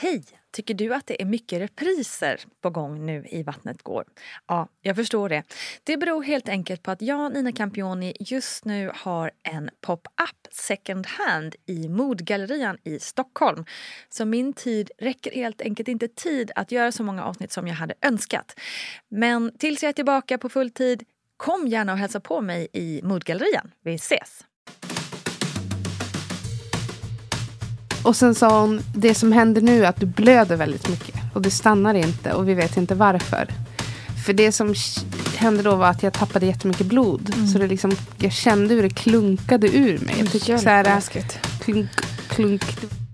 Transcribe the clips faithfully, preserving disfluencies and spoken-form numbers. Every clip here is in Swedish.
Hej! Tycker du att det är mycket repriser på gång nu i Vattnet går? Ja, jag förstår det. Det beror helt enkelt på att jag, Nina Campioni, just nu har en pop-up second hand i Modgallerian i Stockholm. Så min tid räcker helt enkelt inte tid att göra så många avsnitt som jag hade önskat. Men tills jag är tillbaka på full tid, kom gärna och hälsa på mig i Modgallerian. Vi ses! Och sen sa hon, det som händer nu är att du blöder väldigt mycket. Och det stannar inte och vi vet inte varför. För det som hände då var att jag tappade jättemycket blod. Mm. Så det liksom, jag kände hur det klunkade ur mig. Jag tyckte så här, klunk, klunk.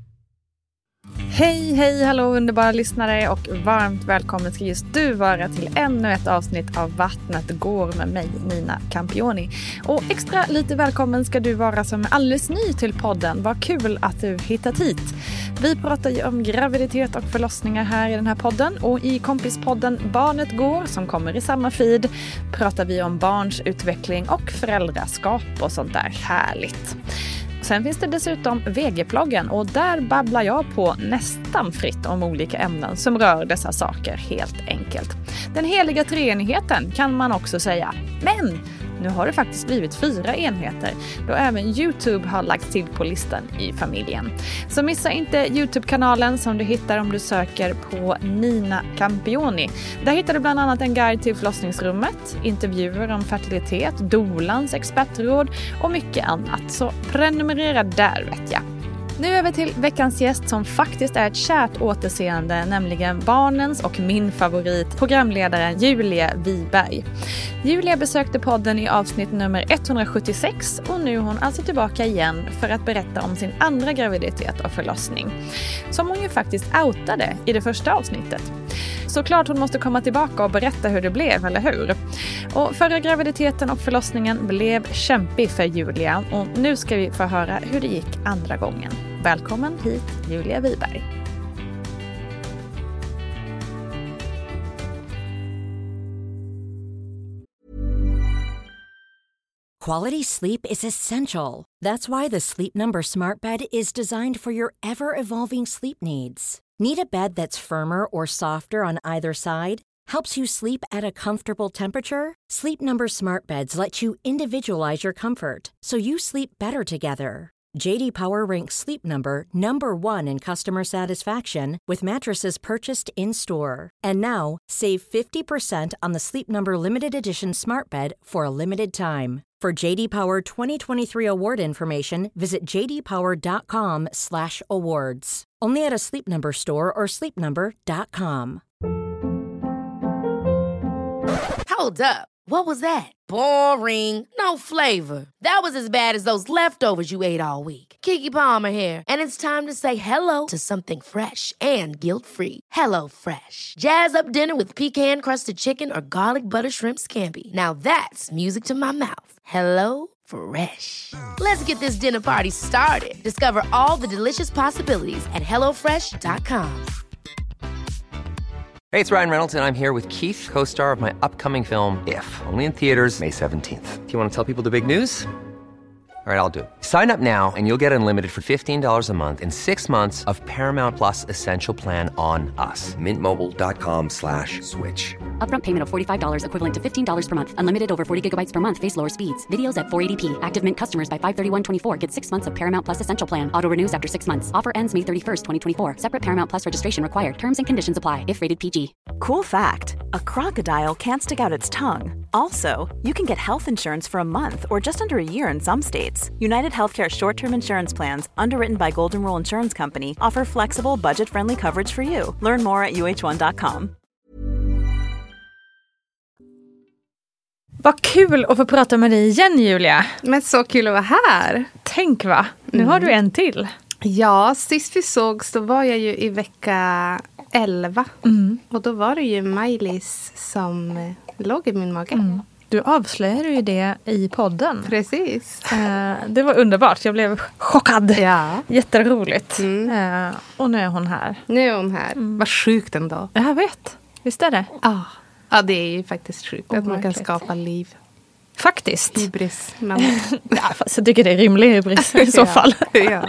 Hej, hej, hallå underbara lyssnare och varmt välkommen ska just du vara till ännu ett avsnitt av Vattnet går med mig, Nina Campioni. Och extra lite välkommen ska du vara som är alldeles ny till podden. Vad kul att du hittat hit. Vi pratar ju om graviditet och förlossningar här i den här podden. Och i kompispodden Barnet går, som kommer i samma feed, pratar vi om barns utveckling och föräldraskap och sånt där härligt. Sen finns det dessutom V G-ploggen och där babblar jag på nästan fritt om olika ämnen som rör dessa saker helt enkelt. Den heliga treenigheten kan man också säga. Men nu har det faktiskt blivit fyra enheter då även YouTube har lagt till på listan i familjen. Så missa inte YouTube-kanalen som du hittar om du söker på Nina Campioni. Där hittar du bland annat en guide till förlossningsrummet, intervjuer om fertilitet, dolans expertråd och mycket annat. Så prenumerera där vet jag. Nu över till veckans gäst som faktiskt är ett kärt återseende, nämligen barnens och min favorit, programledaren Julia Wiberg. Julia besökte podden i avsnitt nummer etthundrasjuttiosex och nu är hon alltså tillbaka igen för att berätta om sin andra graviditet och förlossning. Som hon ju faktiskt outade i det första avsnittet. Såklart hon måste komma tillbaka och berätta hur det blev, eller hur? Och förra graviditeten och förlossningen blev kämpig för Julia och nu ska vi få höra hur det gick andra gången. Välkommen hit, Julia Wiberg. Quality sleep is essential. That's why the Sleep Number Smart Bed is designed for your ever-evolving sleep needs. Need a bed that's firmer or softer on either side? Helps you sleep at a comfortable temperature? Sleep Number Smart Beds let you individualize your comfort, so you sleep better together. J D Power ranks Sleep Number number one in customer satisfaction with mattresses purchased in-store. And now, save fifty percent on the Sleep Number Limited Edition Smart Bed for a limited time. For J D Power twenty twenty-three award information, visit j d power dot com slash awards. Only at a Sleep Number store or sleep number dot com. Hold up. What was that? Boring. No flavor. That was as bad as those leftovers you ate all week. Keke Palmer here, and it's time to say hello to something fresh and guilt-free. Hello Fresh. Jazz up dinner with pecan-crusted chicken or garlic butter shrimp scampi. Now that's music to my mouth. Hello Fresh. Let's get this dinner party started. Discover all the delicious possibilities at hello fresh dot com. Hey, it's Ryan Reynolds, and I'm here with Keith, co-star of my upcoming film, If, only in theaters May seventeenth. Do you want to tell people the big news? All right, I'll do it. Sign up now and you'll get unlimited for fifteen dollars a month and six months of Paramount Plus Essential Plan on us. Mint Mobile dot com slash switch. Upfront payment of forty-five dollars equivalent to fifteen dollars per month. Unlimited over forty gigabytes per month. Face lower speeds. Videos at four eighty p. Active Mint customers by five thirty-one twenty-four get six months of Paramount Plus Essential Plan. Auto renews after six months. Offer ends May thirty-first, twenty twenty-four. Separate Paramount Plus registration required. Terms and conditions apply if rated P G. Cool fact, a crocodile can't stick out its tongue. Also, you can get health insurance for a month or just under a year in some states. United Healthcare short-term insurance plans, underwritten by Golden Rule Insurance Company, offer flexible, budget-friendly coverage for you. Learn more at u h one dot com. Vad kul att få prata med dig igen, Julia. Men så kul att vara här. Tänk va, nu mm. har du en till. Ja, sist vi sågs då var jag ju i vecka elva. Mm. Och då var det ju Maj-Lis som låg i min mage. Mm. Du avslöjade ju det i podden. Precis. Uh, det var underbart. Jag blev chockad. Ja. Jätteroligt. Mm. Uh, och nu är hon här. Nu är hon här. Mm. Vad sjukt ändå. Jag vet. Visst är det? Ja. Ja, det är ju faktiskt sjukt. Oh, att man kan skapa liv. Faktiskt. Hybris. Men... ja, fast jag tycker det är rimlig hybris i så fall. ja.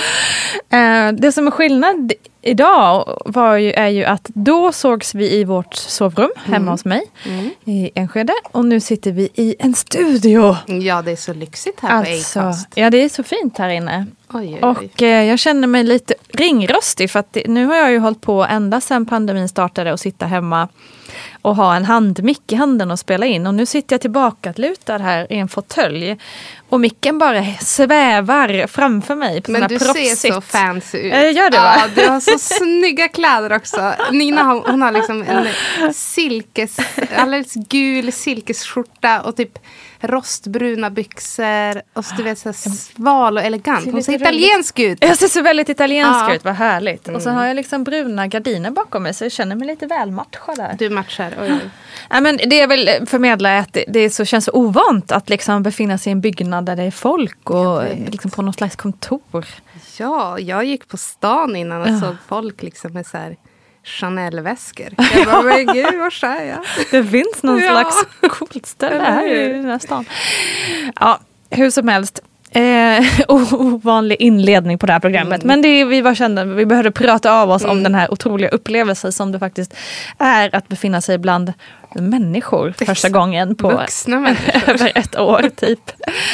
Det som är skillnad idag var ju, är ju att då sågs vi i vårt sovrum hemma mm. hos mig mm. i Enskede. Och nu sitter vi i en studio. Ja, det är så lyxigt här alltså, på Acast. Ja, det är så fint här inne. Oj, oj, oj. Och eh, jag känner mig lite ringrostig för att det, nu har jag ju hållit på ända sedan pandemin startade och sitta hemma och ha en handmick i handen och spela in. Och nu sitter jag tillbaka lutad här i en fåtölj. Och micken bara svävar framför mig. På men du proffsigt. ser så fancy ut. Äh, gör det, va? Ja, du har så snygga kläder också. Nina hon, hon har liksom en silkes, alldeles gul silkesskjorta och typ rostbruna byxor. Och så du vet så sval och elegant. Hon ser italiensk ut. Jag ser så väldigt italiensk ja. ut, vad härligt. Mm. Och så har jag liksom bruna gardiner bakom mig så jag känner mig lite välmatchad där. Du matchar, oj, oj. Ja, men det är väl förmedla att det, det är så, känns så ovant att liksom befinna sig i en byggnad där det är folk och liksom på något slags kontor. Ja, jag gick på stan innan och ja. såg folk liksom med så här Chanel-väskor. Jag bara, men gud, vad skär jag? Det finns någon ja. slags coolt ställe här i den här stan. Ja, hur som helst. Eh, ovanlig inledning på det här programmet. Mm. Men det, vi var kända, vi behövde prata av oss mm. om den här otroliga upplevelsen som det faktiskt är att befinna sig bland människor första gången på vuxna människor. över ett år typ.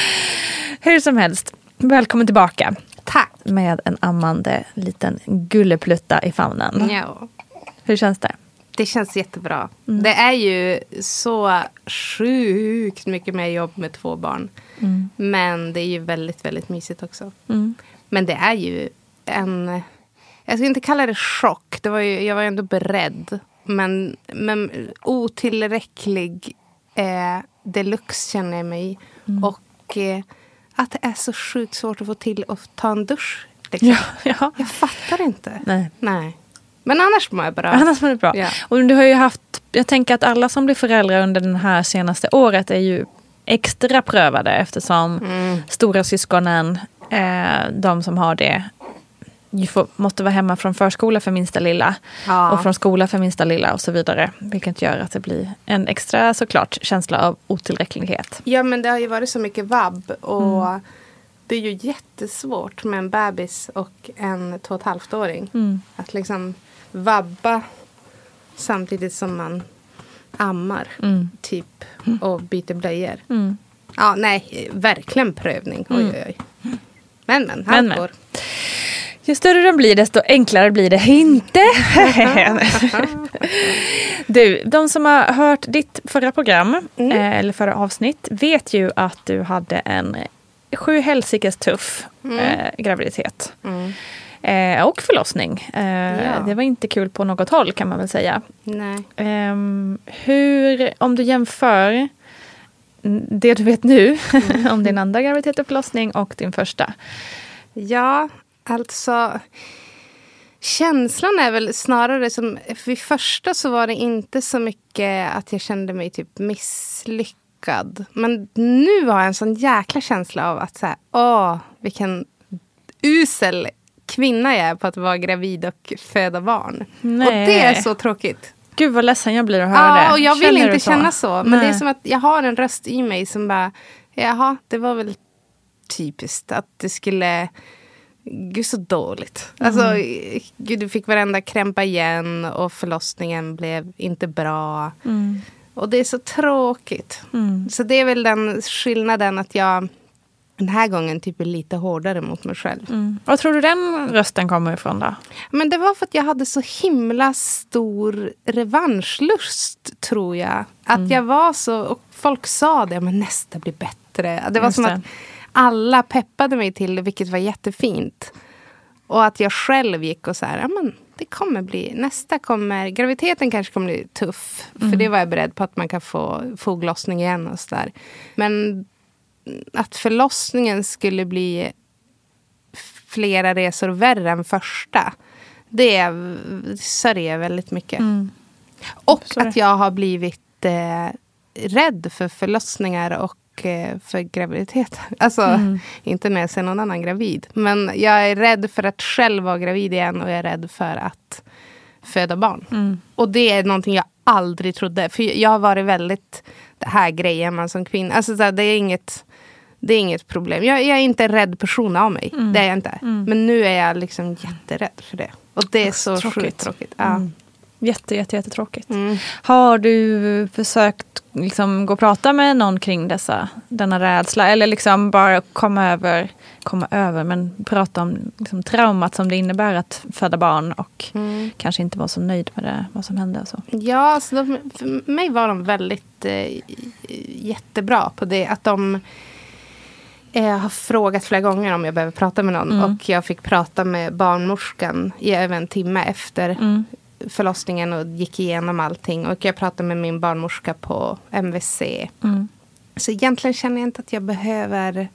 Hur som helst, välkommen tillbaka. Tack. Med en ammande liten gulleplutta i famnen. Ja. Hur känns det? Det känns jättebra. Mm. Det är ju så sjukt mycket mer jobb med två barn. Mm. Men det är ju väldigt, väldigt mysigt också. Mm. Men det är ju en... Jag ska inte kalla det chock. Det var ju, jag var ju ändå beredd. Men, men otillräcklig eh, deluxe känner jag mig. Mm. Och eh, att det är så sjukt svårt att få till att ta en dusch. Liksom. Ja, ja. Jag fattar inte. Nej. Nej. Men annars mår jag bra. Annars mår det bra. Ja. Och du har ju haft, jag tänker att alla som blir föräldrar under det här senaste året är ju extra prövade eftersom mm. stora syskonen, eh, de som har det, ju får, måste vara hemma från förskola för minsta lilla ja. och från skola för minsta lilla och så vidare. Vilket gör att det blir en extra såklart känsla av otillräcklighet. Ja, men det har ju varit så mycket vabb och mm. det är ju jättesvårt med en bebis och en två och ett halvt åring. Mm. Att liksom vabba samtidigt som man ammar mm. typ och byter blöjor. Mm. Ja, nej, verkligen prövning. Oj, oj, oj. Men, men, här men, går. Ju större de blir desto enklare blir det inte. Du, de som har hört ditt förra program mm. eller förra avsnitt vet ju att du hade en sju helsikes tuff mm. eh, graviditet. Mm. Eh, och förlossning. Eh, ja. Det var inte kul på något håll kan man väl säga. Nej. Eh, hur, om du jämför det du vet nu mm. om din andra graviditet och förlossning och din första. Ja, alltså känslan är väl snarare som vid första så var det inte så mycket att jag kände mig typ misslyckad. Men nu har jag en sån jäkla känsla av att så här, åh, vilken usel kvinna jag är på att vara gravid och föda barn. Nej. Och det är så tråkigt. Gud vad ledsen jag blir att höra ja, det. Och jag vill Känner inte så? känna så. Men Nej. Det är som att jag har en röst i mig som bara, jaha, det var väl typiskt att det skulle, gud så dåligt. Mm. Alltså, gud du fick varenda krämpa igen och förlossningen blev inte bra. Mm. Och det är så tråkigt. Mm. Så det är väl den skillnaden att jag den här gången typ är lite hårdare mot mig själv. Mm. Vad tror du den rösten kommer ifrån då? Men det var för att jag hade så himla stor revanschlust, tror jag. Att mm. jag var så, och folk sa det, men nästa blir bättre. Det var Just som det. Att alla peppade mig till det, vilket var jättefint. Och att jag själv gick och så här, ja men det kommer bli, nästa kommer, graviditeten kanske kommer bli tuff. Mm. För det var jag beredd på att man kan få foglossning igen och så där. Men att förlossningen skulle bli flera resor värre än första, det sörjer jag väldigt mycket. Mm. Och Sorry. Att jag har blivit eh, rädd för förlossningar och eh, för graviditet. Alltså, mm. inte när jag ser någon annan gravid. Men jag är rädd för att själv vara gravid igen och jag är rädd för att föda barn. Mm. Och det är någonting jag aldrig trodde. För jag har varit väldigt... det här grejer man som kvinna. Alltså så här, det är inget det är inget problem. Jag, jag är inte en rädd person av mig. Mm. Det är jag inte. Mm. Men nu är jag liksom jätterädd för det. Och det är så tråkigt. sjukt tråkigt. Ja. Mm. Jätte, jätte, jättetråkigt. Mm. Har du försökt liksom gå och prata med någon kring dessa, denna rädsla? Eller liksom bara komma över, komma över men prata om liksom traumat som det innebär att föda barn och mm. kanske inte vara så nöjd med det, vad som hände och så? Ja, alltså de, för mig var de väldigt eh, jättebra på det. Att de eh, har frågat flera gånger om jag behöver prata med någon. Mm. Och jag fick prata med barnmorskan i över en timme efter mm. förlossningen och gick igenom allting. Och jag pratade med min barnmorska på M V C. Mm. Så egentligen känner jag inte att jag behöver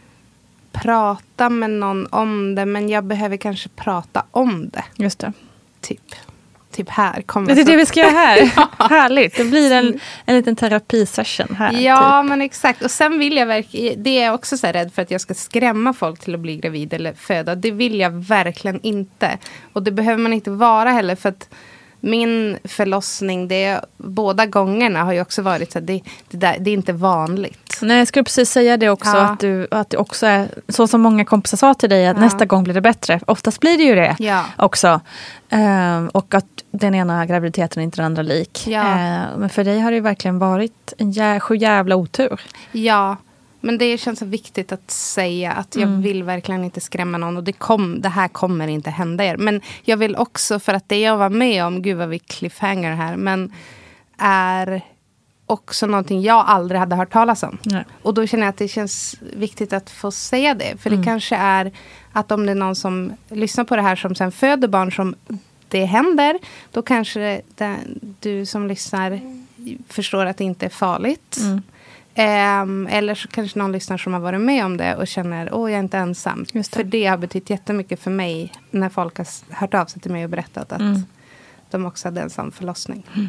prata med någon om det. Men jag behöver kanske prata om det. Just det. Typ. Typ här. Kommer det är så. Det vi ska göra här. Ja. Härligt. Det blir en, en liten terapisession här. Ja, typ. Men exakt. Och sen vill jag verkligen, det är jag också så här rädd för att jag ska skrämma folk till att bli gravid eller föda. Det vill jag verkligen inte. Och det behöver man inte vara heller för att min förlossning, det, båda gångerna har ju också varit så att det, det, där, det är inte vanligt. Nej, jag skulle precis säga det också. Ja. Att, du, att det också är så som många kompisar sa till dig att ja. nästa gång blir det bättre. Oftast blir det ju det ja. också. Um, och att den ena graviditeten är inte den andra lik. Ja. Uh, men för dig har det ju verkligen varit en jä- sju jävla otur. Ja, men det känns så viktigt att säga att jag mm. vill verkligen inte skrämma någon. Och det, kom, det här kommer inte hända er. Men jag vill också, för att det jag var med om, gud vad vi cliffhanger här, men är också någonting jag aldrig hade hört talas om. Nej. Och då känner jag att det känns viktigt att få säga det. För mm. det kanske är att om det är någon som lyssnar på det här som sen föder barn som det händer, då kanske det, du som lyssnar förstår att det inte är farligt. Mm. Um, eller så kanske någon lyssnar som har varit med om det och känner, åh jag är inte ensam. Det. För det har betytt jättemycket för mig när folk har hört av sig till mig och berättat att mm. de också hade ensam förlossning. Mm.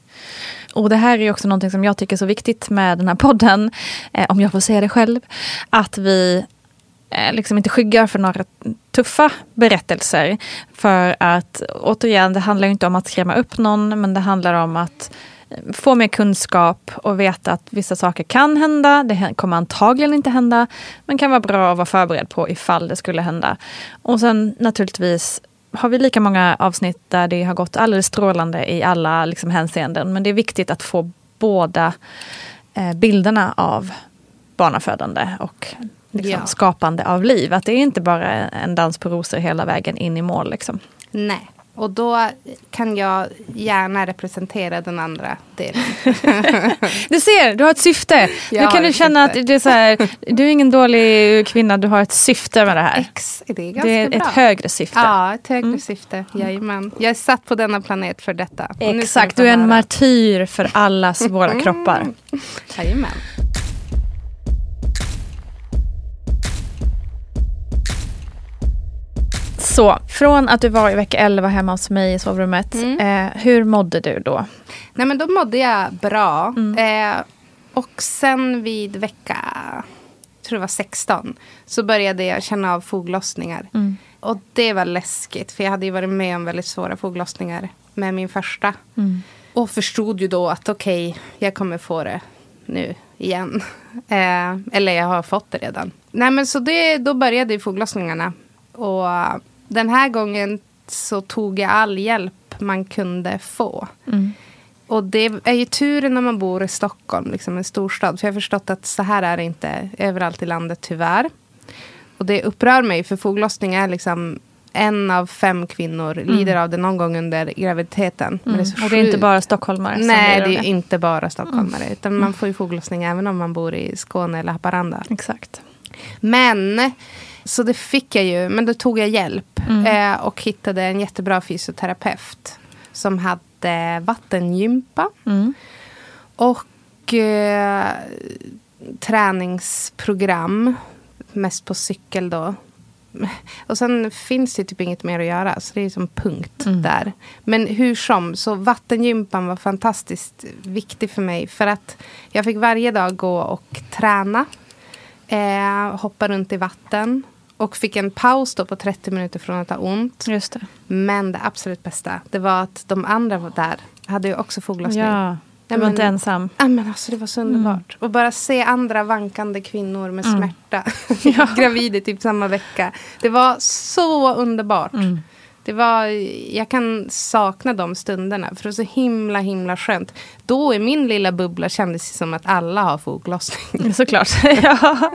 Och det här är ju också någonting som jag tycker är så viktigt med den här podden, eh, om jag får säga det själv, att vi eh, liksom inte skyggar för några tuffa berättelser. För att, återigen, det handlar ju inte om att skrämma upp någon, men det handlar om att få mer kunskap och veta att vissa saker kan hända. Det kommer antagligen inte hända, men kan vara bra att vara förberedd på ifall det skulle hända. Och sen naturligtvis har vi lika många avsnitt där det har gått alldeles strålande i alla liksom, hänseenden. Men det är viktigt att få båda eh, bilderna av barnafödande och liksom, ja. skapande av liv. Att det är inte bara en dans på rosor hela vägen in i mål. Liksom. Nej. Och då kan jag gärna representera den andra delen. Du ser, du har ett syfte. Jag nu kan du känna syfte. Att det är så här, du är ingen dålig kvinna, du har ett syfte med det här. Ex, det är ganska det är bra. Ett högre syfte. Ja, ett högre mm. syfte. Jajamän. Jag är satt på denna planet för detta. Exakt, du är en höra. martyr för allas våra mm. kroppar. Jajamän. Så, från att du var i vecka elva hemma hos mig i sovrummet, mm. eh, hur mådde du då? Nej men då mådde jag bra. Mm. Eh, och sen vid vecka, jag tror det var sexton, så började jag känna av foglossningar. Mm. Och det var läskigt, för jag hade ju varit med om väldigt svåra foglossningar med min första. Mm. Och förstod ju då att okej, okay, jag kommer få det nu igen. Eh, eller jag har fått det redan. Nej men så det, då började ju foglossningarna. Och den här gången så tog jag all hjälp man kunde få. Mm. Och det är ju tur när man bor i Stockholm, liksom en storstad. För jag har förstått att så här är det inte överallt i landet tyvärr. Och det upprör mig, för foglossning är liksom en av fem kvinnor mm. lider av det någon gång under graviditeten. Mm. Men det är så och det är inte bara stockholmare som Nej, det är det. inte bara stockholmare. Mm. Utan man får ju foglossning även om man bor i Skåne eller Haparanda. Exakt. Men... Så det fick jag ju, men då tog jag hjälp mm. eh, och hittade en jättebra fysioterapeut som hade vattengympa mm. och eh, träningsprogram, mest på cykel då. Och sen finns det typ inget mer att göra, så det är som punkt mm. där. Men hur som, så vattengympan var fantastiskt viktig för mig, för att jag fick varje dag gå och träna, eh, hoppa runt i vatten. Och fick en paus då på trettio minuter från att ha ont. Just det. Men det absolut bästa, det var att de andra var där hade ju också foglossning. Ja. Du var inte ensam. Ja, men alltså det var så underbart. Mm. Och bara se andra vankande kvinnor med mm. smärta. Ja. Gravid i typ samma vecka. Det var så underbart. Mm. Det var, jag kan sakna de stunderna. För det var så himla, himla skönt. Då i min lilla bubbla kändes det som att alla har foglossning. Såklart. Ja.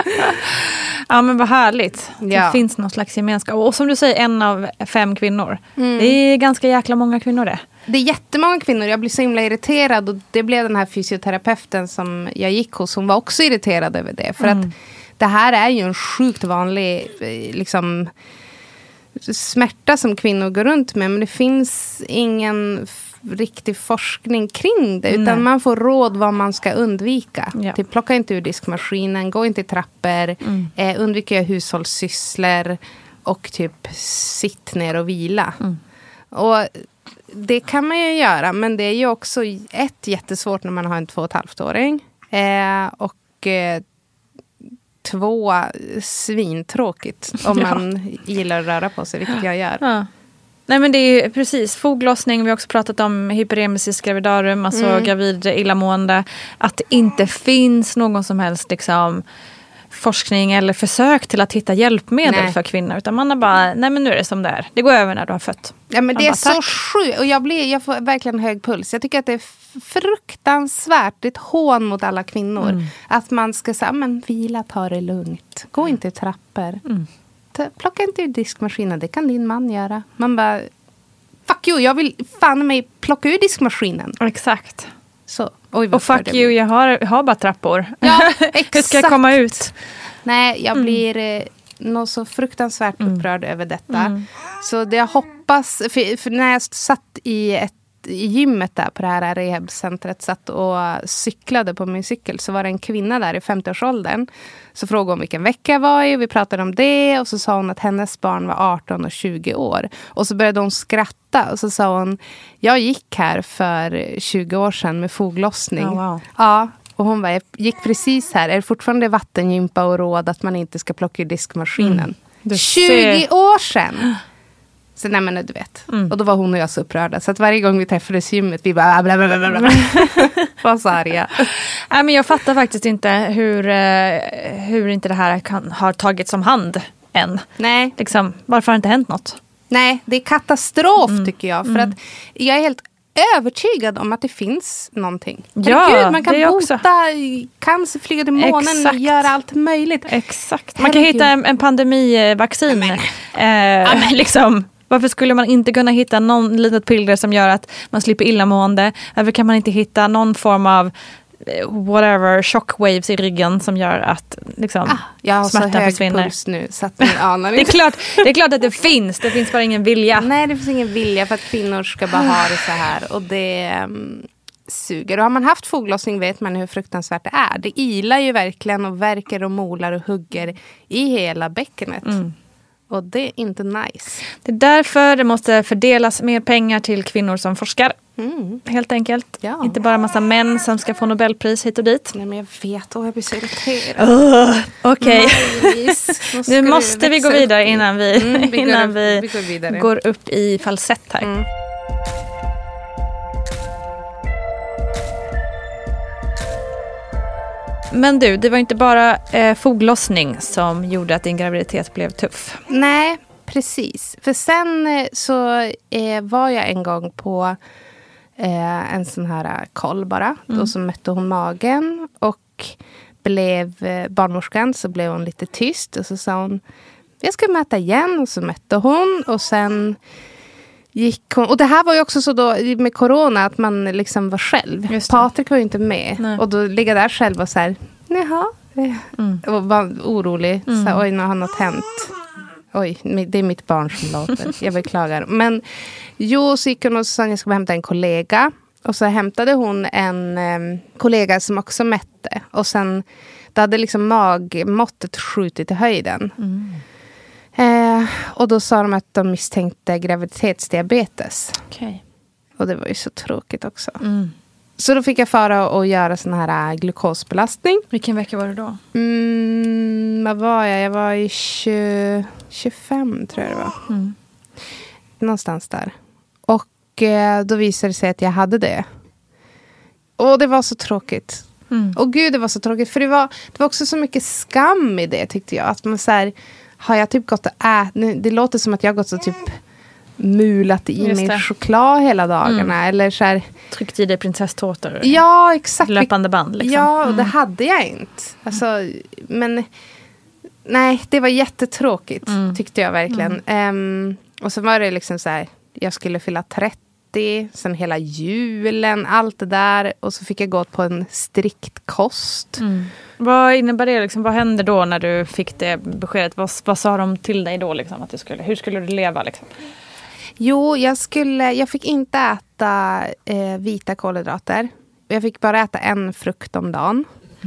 Ja, men vad härligt. Det ja. finns någon slags gemenskap. Och som du säger, en av fem kvinnor. Mm. Det är ganska jäkla många kvinnor det. Det är jättemånga kvinnor. Jag blir så himla irriterad. Och det blev den här fysioterapeuten som jag gick hos. Hon var också irriterad över det. För mm. att det här är ju en sjukt vanlig liksom, smärta som kvinnor går runt med. Men det finns ingen f- riktig forskning kring det. Utan Nej. man får råd vad man ska undvika. Ja. Typ, plocka inte ur diskmaskinen. Gå inte i trappor. Mm. Eh, undvika hushållssysslor. Och typ sitt ner och vila. Mm. Och det kan man ju göra, men det är ju också ett jättesvårt när man har en två och ett halvt-åring. Eh, och eh, två, svintråkigt om ja. man gillar att röra på sig, vilket jag gör. Ja. Nej, men det är ju precis foglossning. Vi har också pratat om hyperemesis gravidarum, alltså mm. gravid illamående. Att det inte finns någon som helst liksom forskning eller försök till att hitta hjälpmedel nej. för kvinnor. Utan man är bara, nej men nu är det som det är. Det går över när du har fött. Ja, men man det bara, är så sjukt. Och jag, blir, jag får verkligen hög puls. Jag tycker att det är fruktansvärt ett hån mot alla kvinnor. Mm. Att man ska säga, men vila, ta det lugnt. Gå inte i trappor. Mm. Plocka inte ur diskmaskinen, det kan din man göra. Man bara, fuck you, jag vill fan mig plocka ur diskmaskinen. Exakt. Så. Oj, och fuck you, jag har, jag har bara trappor. Ja, exakt. Hur ska jag komma ut? Nej, jag blir mm. eh, nog så fruktansvärt mm. upprörd över detta. Mm. Så det jag hoppas, för, för när jag satt i ett i gymmet där på det här rehabcentret, satt och cyklade på min cykel, så var det en kvinna där i femtioårsåldern. Så frågade hon vilken vecka jag var i, och vi pratade om det, och så sa hon att hennes barn var arton och tjugo år. Och så började hon skratta, och så sa hon, jag gick här för tjugo år sedan med foglossning. Oh, wow. Ja, och hon var, jag gick precis här, är det fortfarande vattengympa och råd att man inte ska plocka ur diskmaskinen? Mm. tjugo år sedan! Så nej, men du vet. Mm. Och då var hon och jag så upprörda. Så att varje gång vi träffades i gymmet, vi bara bla bla bla bla. Vad så arga. Nej, men jag fattar faktiskt inte hur, hur inte det här kan, har tagits om hand än. Nej. Liksom, varför har det inte hänt något? Nej, det är katastrof mm. tycker jag. För mm. att jag är helt övertygad om att det finns någonting. Ja, Herregud, man kan det bota också. cancer, flyga till månen, Exakt. och göra allt möjligt. Exakt. Man kan hitta en, en pandemivaccin. Eh, liksom. Varför skulle man inte kunna hitta någon litet piller som gör att man slipper illamående? Varför kan man inte hitta någon form av whatever, shockwaves i ryggen som gör att liksom, ah, jag har smärtan så hög försvinner? Puls nu, så att jag anar det, är klart, det är klart att det finns, det finns bara ingen vilja. Nej, det finns ingen vilja för att kvinnor ska bara ha det så här. Och det um, suger. Och har man haft foglossning vet man hur fruktansvärt det är. Det ilar ju verkligen och verkar och molar och hugger i hela bäckenet. Mm. Och det är inte nice. Det är därför det måste fördelas mer pengar till kvinnor som forskar. Mm. Helt enkelt. Ja. Inte bara en massa män som ska få Nobelpris hit och dit. Nej, men jag vet. Och jag blir så irriterad. Uh, Okej. Okay. Nu måste vi gå vidare innan vi, mm, vi, innan går, vi, vi går, vidare. går upp i falsett här. Mm. Men du, det var inte bara eh, foglossning som gjorde att din graviditet blev tuff. Nej, precis. För sen eh, så eh, var jag en gång på eh, en sån här koll bara. Mm. Då så mötte hon magen och blev eh, barnmorskan, så blev hon lite tyst. Och så sa hon, jag ska mäta igen. Och så mätte hon och sen gick hon. Och det här var ju också så då med corona att man liksom var själv. Patrik var ju inte med. Nej. Och då ligger där själv och så här, jaha. Mm. Och var orolig. Mm. Så här, oj, nu har något hänt. Oj, det är mitt barn som låter. Jag beklagar. Men jo, så gick hon och sa att jag skulle hämta en kollega. Och så hämtade hon en eh, kollega som också mätte. Och sen, då hade liksom magmåttet skjutit i höjden. Mm. Eh, och då sa de att de misstänkte graviditetsdiabetes. Okay. Och det var ju så tråkigt också. Mm. Så då fick jag fara och göra sån här glukosbelastning. Vilken vecka var det då? Mm, vad var jag? Jag var i tjugo, tjugofem tror jag det var. Mm. Någonstans där. Och eh, då visade det sig att jag hade det. Och det var så tråkigt. Mm. Och gud, det var så tråkigt. För det var, det var också så mycket skam i det, tyckte jag. Att man så här, har jag typ gått och ätit... Det låter som att jag har gått och typ mulat i mig choklad hela dagarna. Mm. Eller så här... Tryckt i dig prinsesstårtor. Ja, exakt. Löpande band, liksom. Ja, och mm. det hade jag inte. Alltså, men... Nej, det var jättetråkigt, mm. tyckte jag verkligen. Mm. Um, och så var det liksom så här... Jag skulle fylla trettio, sen hela julen, allt det där. Och så fick jag gå på en strikt kost. Mm. Vad innebär det? Liksom? Vad hände då när du fick det beskedet? Vad, vad sa de till dig då? Liksom, att du skulle, hur skulle du leva? Liksom? Jo, jag, skulle, jag fick inte äta eh, vita kolhydrater. Jag fick bara äta en frukt om dagen.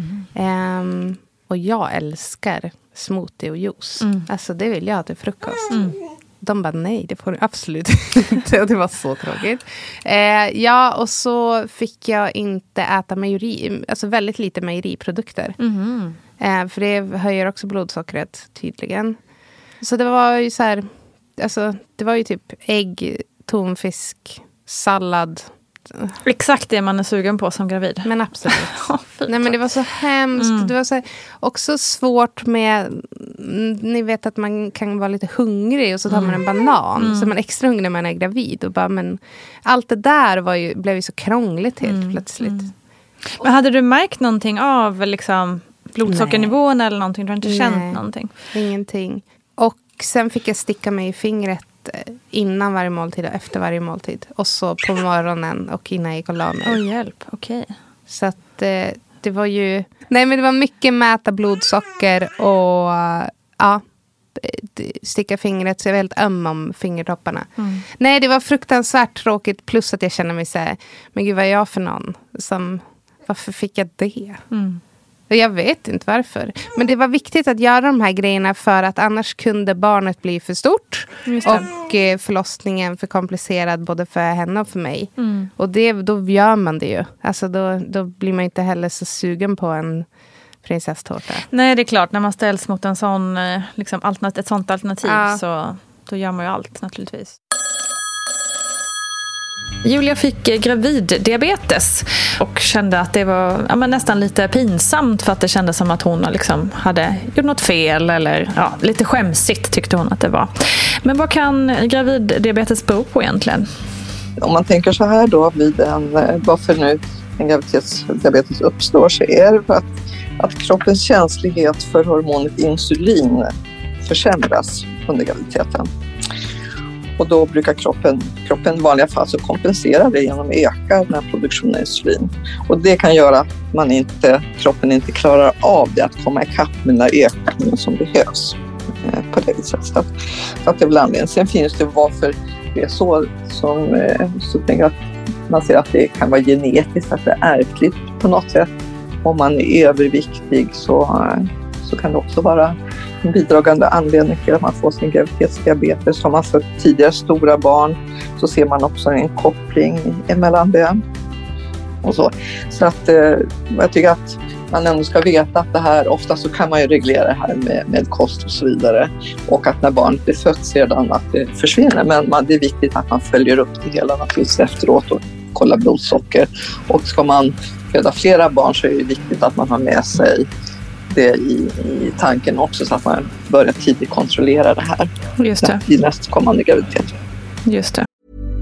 Mm. Um, och jag älskar smoothie och juice. Mm. Alltså det vill jag ha till frukost. Mm. De bara, nej, det får du absolut inte. Och det var så tråkigt. Eh, ja, och så fick jag inte äta mejeri, alltså väldigt lite mejeriprodukter. Mm. Eh, för det höjer också blodsockret tydligen. Så det var ju så här, alltså det var ju typ ägg, tonfisk, sallad. Exakt det man är sugen på som gravid. Men absolut. Nej, men det var så hemskt. Mm. Det var så här, också svårt med... Ni vet att man kan vara lite hungrig och så tar mm. man en banan. Mm. Så man är extra hungrig när man är gravid. Och bara, men allt det där var ju, blev ju så krångligt helt mm. plötsligt. Mm. Men hade du märkt någonting av liksom, blodsockernivån Nej. Eller någonting? Du har inte Nej. Känt någonting? Ingenting. Och sen fick jag sticka mig i fingret innan varje måltid och efter varje måltid. Och så på morgonen och innan jag gick och la mig. Åh, oh, hjälp. Okej. Okay. Så att eh, det var ju... Nej, men det var mycket mäta blodsocker och ja, sticka fingret så jag var helt öm om fingertopparna. Mm. Nej, det var fruktansvärt tråkigt plus att jag kände mig så här, men gud vad är jag för någon? Som, varför fick jag det? Mm. Jag vet inte varför. Men det var viktigt att göra de här grejerna för att annars kunde barnet bli för stort. Och eh, förlossningen för komplicerad både för henne och för mig. Mm. Och det, då gör man det ju. Alltså då, då blir man inte heller så sugen på en prinsesstårta. Nej, det är klart. När man ställs mot en sån, liksom, alternativ, ett sånt alternativ ja. Så då gör man ju allt naturligtvis. Julia fick graviddiabetes och kände att det var ja, men nästan lite pinsamt för att det kändes som att hon liksom hade gjort något fel eller ja, lite skämsigt tyckte hon att det var. Men vad kan graviddiabetes bero på egentligen? Om man tänker så här då vid en, varför nu en graviditetsdiabetes uppstår så är det för att, att kroppens känslighet för hormonet insulin försämras under graviditeten. Och då brukar kroppen, kroppen i vanliga fall så kompensera det genom att öka den här produktionen av insulin. Och det kan göra att man inte, kroppen inte klarar av det, att komma ikapp med den här ökningen som behövs eh, på det viset. Så att, så att det är väl anledningen. Sen finns det varför det är så som eh, så tänker att man ser att det kan vara genetiskt, att det är ärftligt på något sätt. Om man är överviktig så, eh, så kan det också vara en bidragande anledning till att man får sin graviditetsdiabetes. Har man fått tidigare stora barn så ser man också en koppling emellan det. Och så så att eh, jag tycker att man ändå ska veta att det här, ofta så kan man ju reglera det här med, med kost och så vidare. Och att när barnet är fött sedan att det försvinner. Men man, det är viktigt att man följer upp det hela naturligtvis efteråt och kollar blodsocker. Och ska man föda flera barn så är det viktigt att man har med sig det i, i tanken också så att man börjar tidigt kontrollera det här. Just det. I nästkommande graviditet. Just det.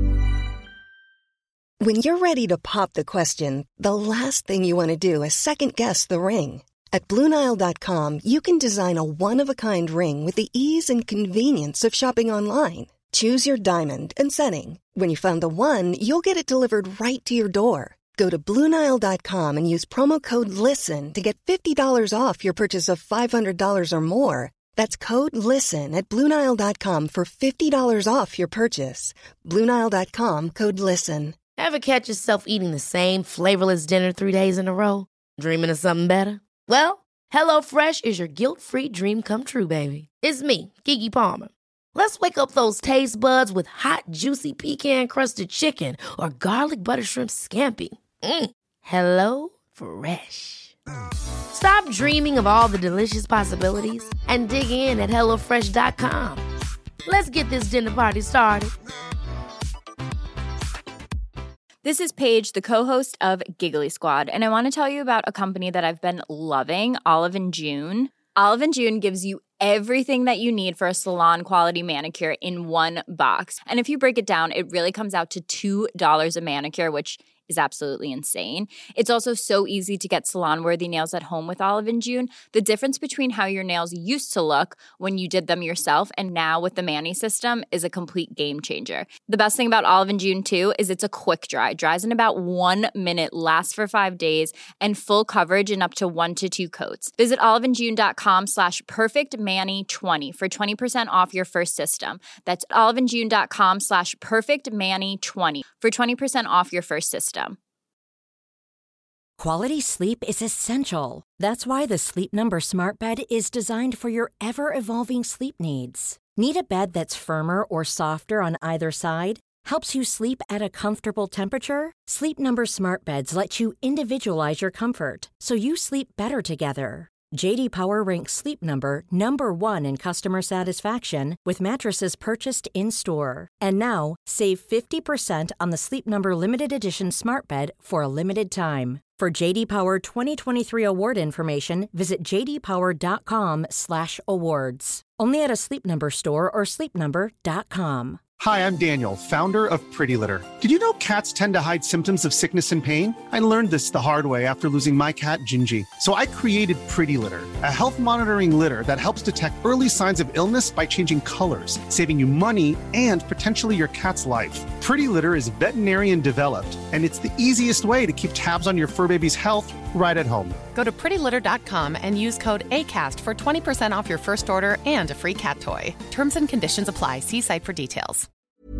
When you're ready to pop the question, the last thing you want to do is second guess the ring. At Blue Nile dot com you can design a one-of-a-kind ring with the ease and convenience of shopping online. Choose your diamond and setting. When you find the one, you'll get it delivered right to your door. Go to Blue Nile dot com and use promo code LISTEN to get fifty dollars off your purchase of five hundred dollars or more. That's code LISTEN at Blue Nile dot com for fifty dollars off your purchase. Blue Nile dot com, code LISTEN. Ever catch yourself eating the same flavorless dinner three days in a row? Dreaming of something better? Well, HelloFresh is your guilt-free dream come true, baby. It's me, Keke Palmer. Let's wake up those taste buds with hot, juicy pecan-crusted chicken or garlic butter shrimp scampi. Mm. Hello Fresh. Stop dreaming of all the delicious possibilities and dig in at hello fresh dot com. Let's get this dinner party started. This is Paige, the co-host of Giggly Squad, and I want to tell you about a company that I've been loving, Olive and June. Olive and June gives you everything that you need for a salon-quality manicure in one box. And if you break it down, it really comes out to two dollars a manicure, which is absolutely insane. It's also so easy to get salon-worthy nails at home with Olive and June. The difference between how your nails used to look when you did them yourself and now with the Mani system is a complete game changer. The best thing about Olive and June, too, is it's a quick dry. Dries in about one minute, lasts for five days, and full coverage in up to one to two coats. Visit oliveandjune.com slash perfectmani20 for twenty percent off your first system. That's oliveandjune.com slash perfectmani20 for twenty percent off your first system. Quality sleep is essential. That's why the Sleep Number Smart Bed is designed for your ever-evolving sleep needs. Need a bed that's firmer or softer on either side? Helps you sleep at a comfortable temperature? Sleep Number Smart Beds let you individualize your comfort, so you sleep better together. J D Power ranks Sleep Number number one in customer satisfaction with mattresses purchased in-store. And now, save fifty percent on the Sleep Number Limited Edition Smart Bed for a limited time. For J D Power twenty twenty-three award information, visit jdpower.com slash awards. Only at a Sleep Number store or sleep number dot com. Hi, I'm Daniel, founder of Pretty Litter. Did you know cats tend to hide symptoms of sickness and pain? I learned this the hard way after losing my cat, Gingy. So I created Pretty Litter, a health monitoring litter that helps detect early signs of illness by changing colors, saving you money and potentially your cat's life. Pretty Litter is veterinarian developed, and it's the easiest way to keep tabs on your fur baby's health right at home. Go to pretty litter dot com and use code ACAST for twenty percent off your first order and a free cat toy. Terms and conditions apply. See site for details.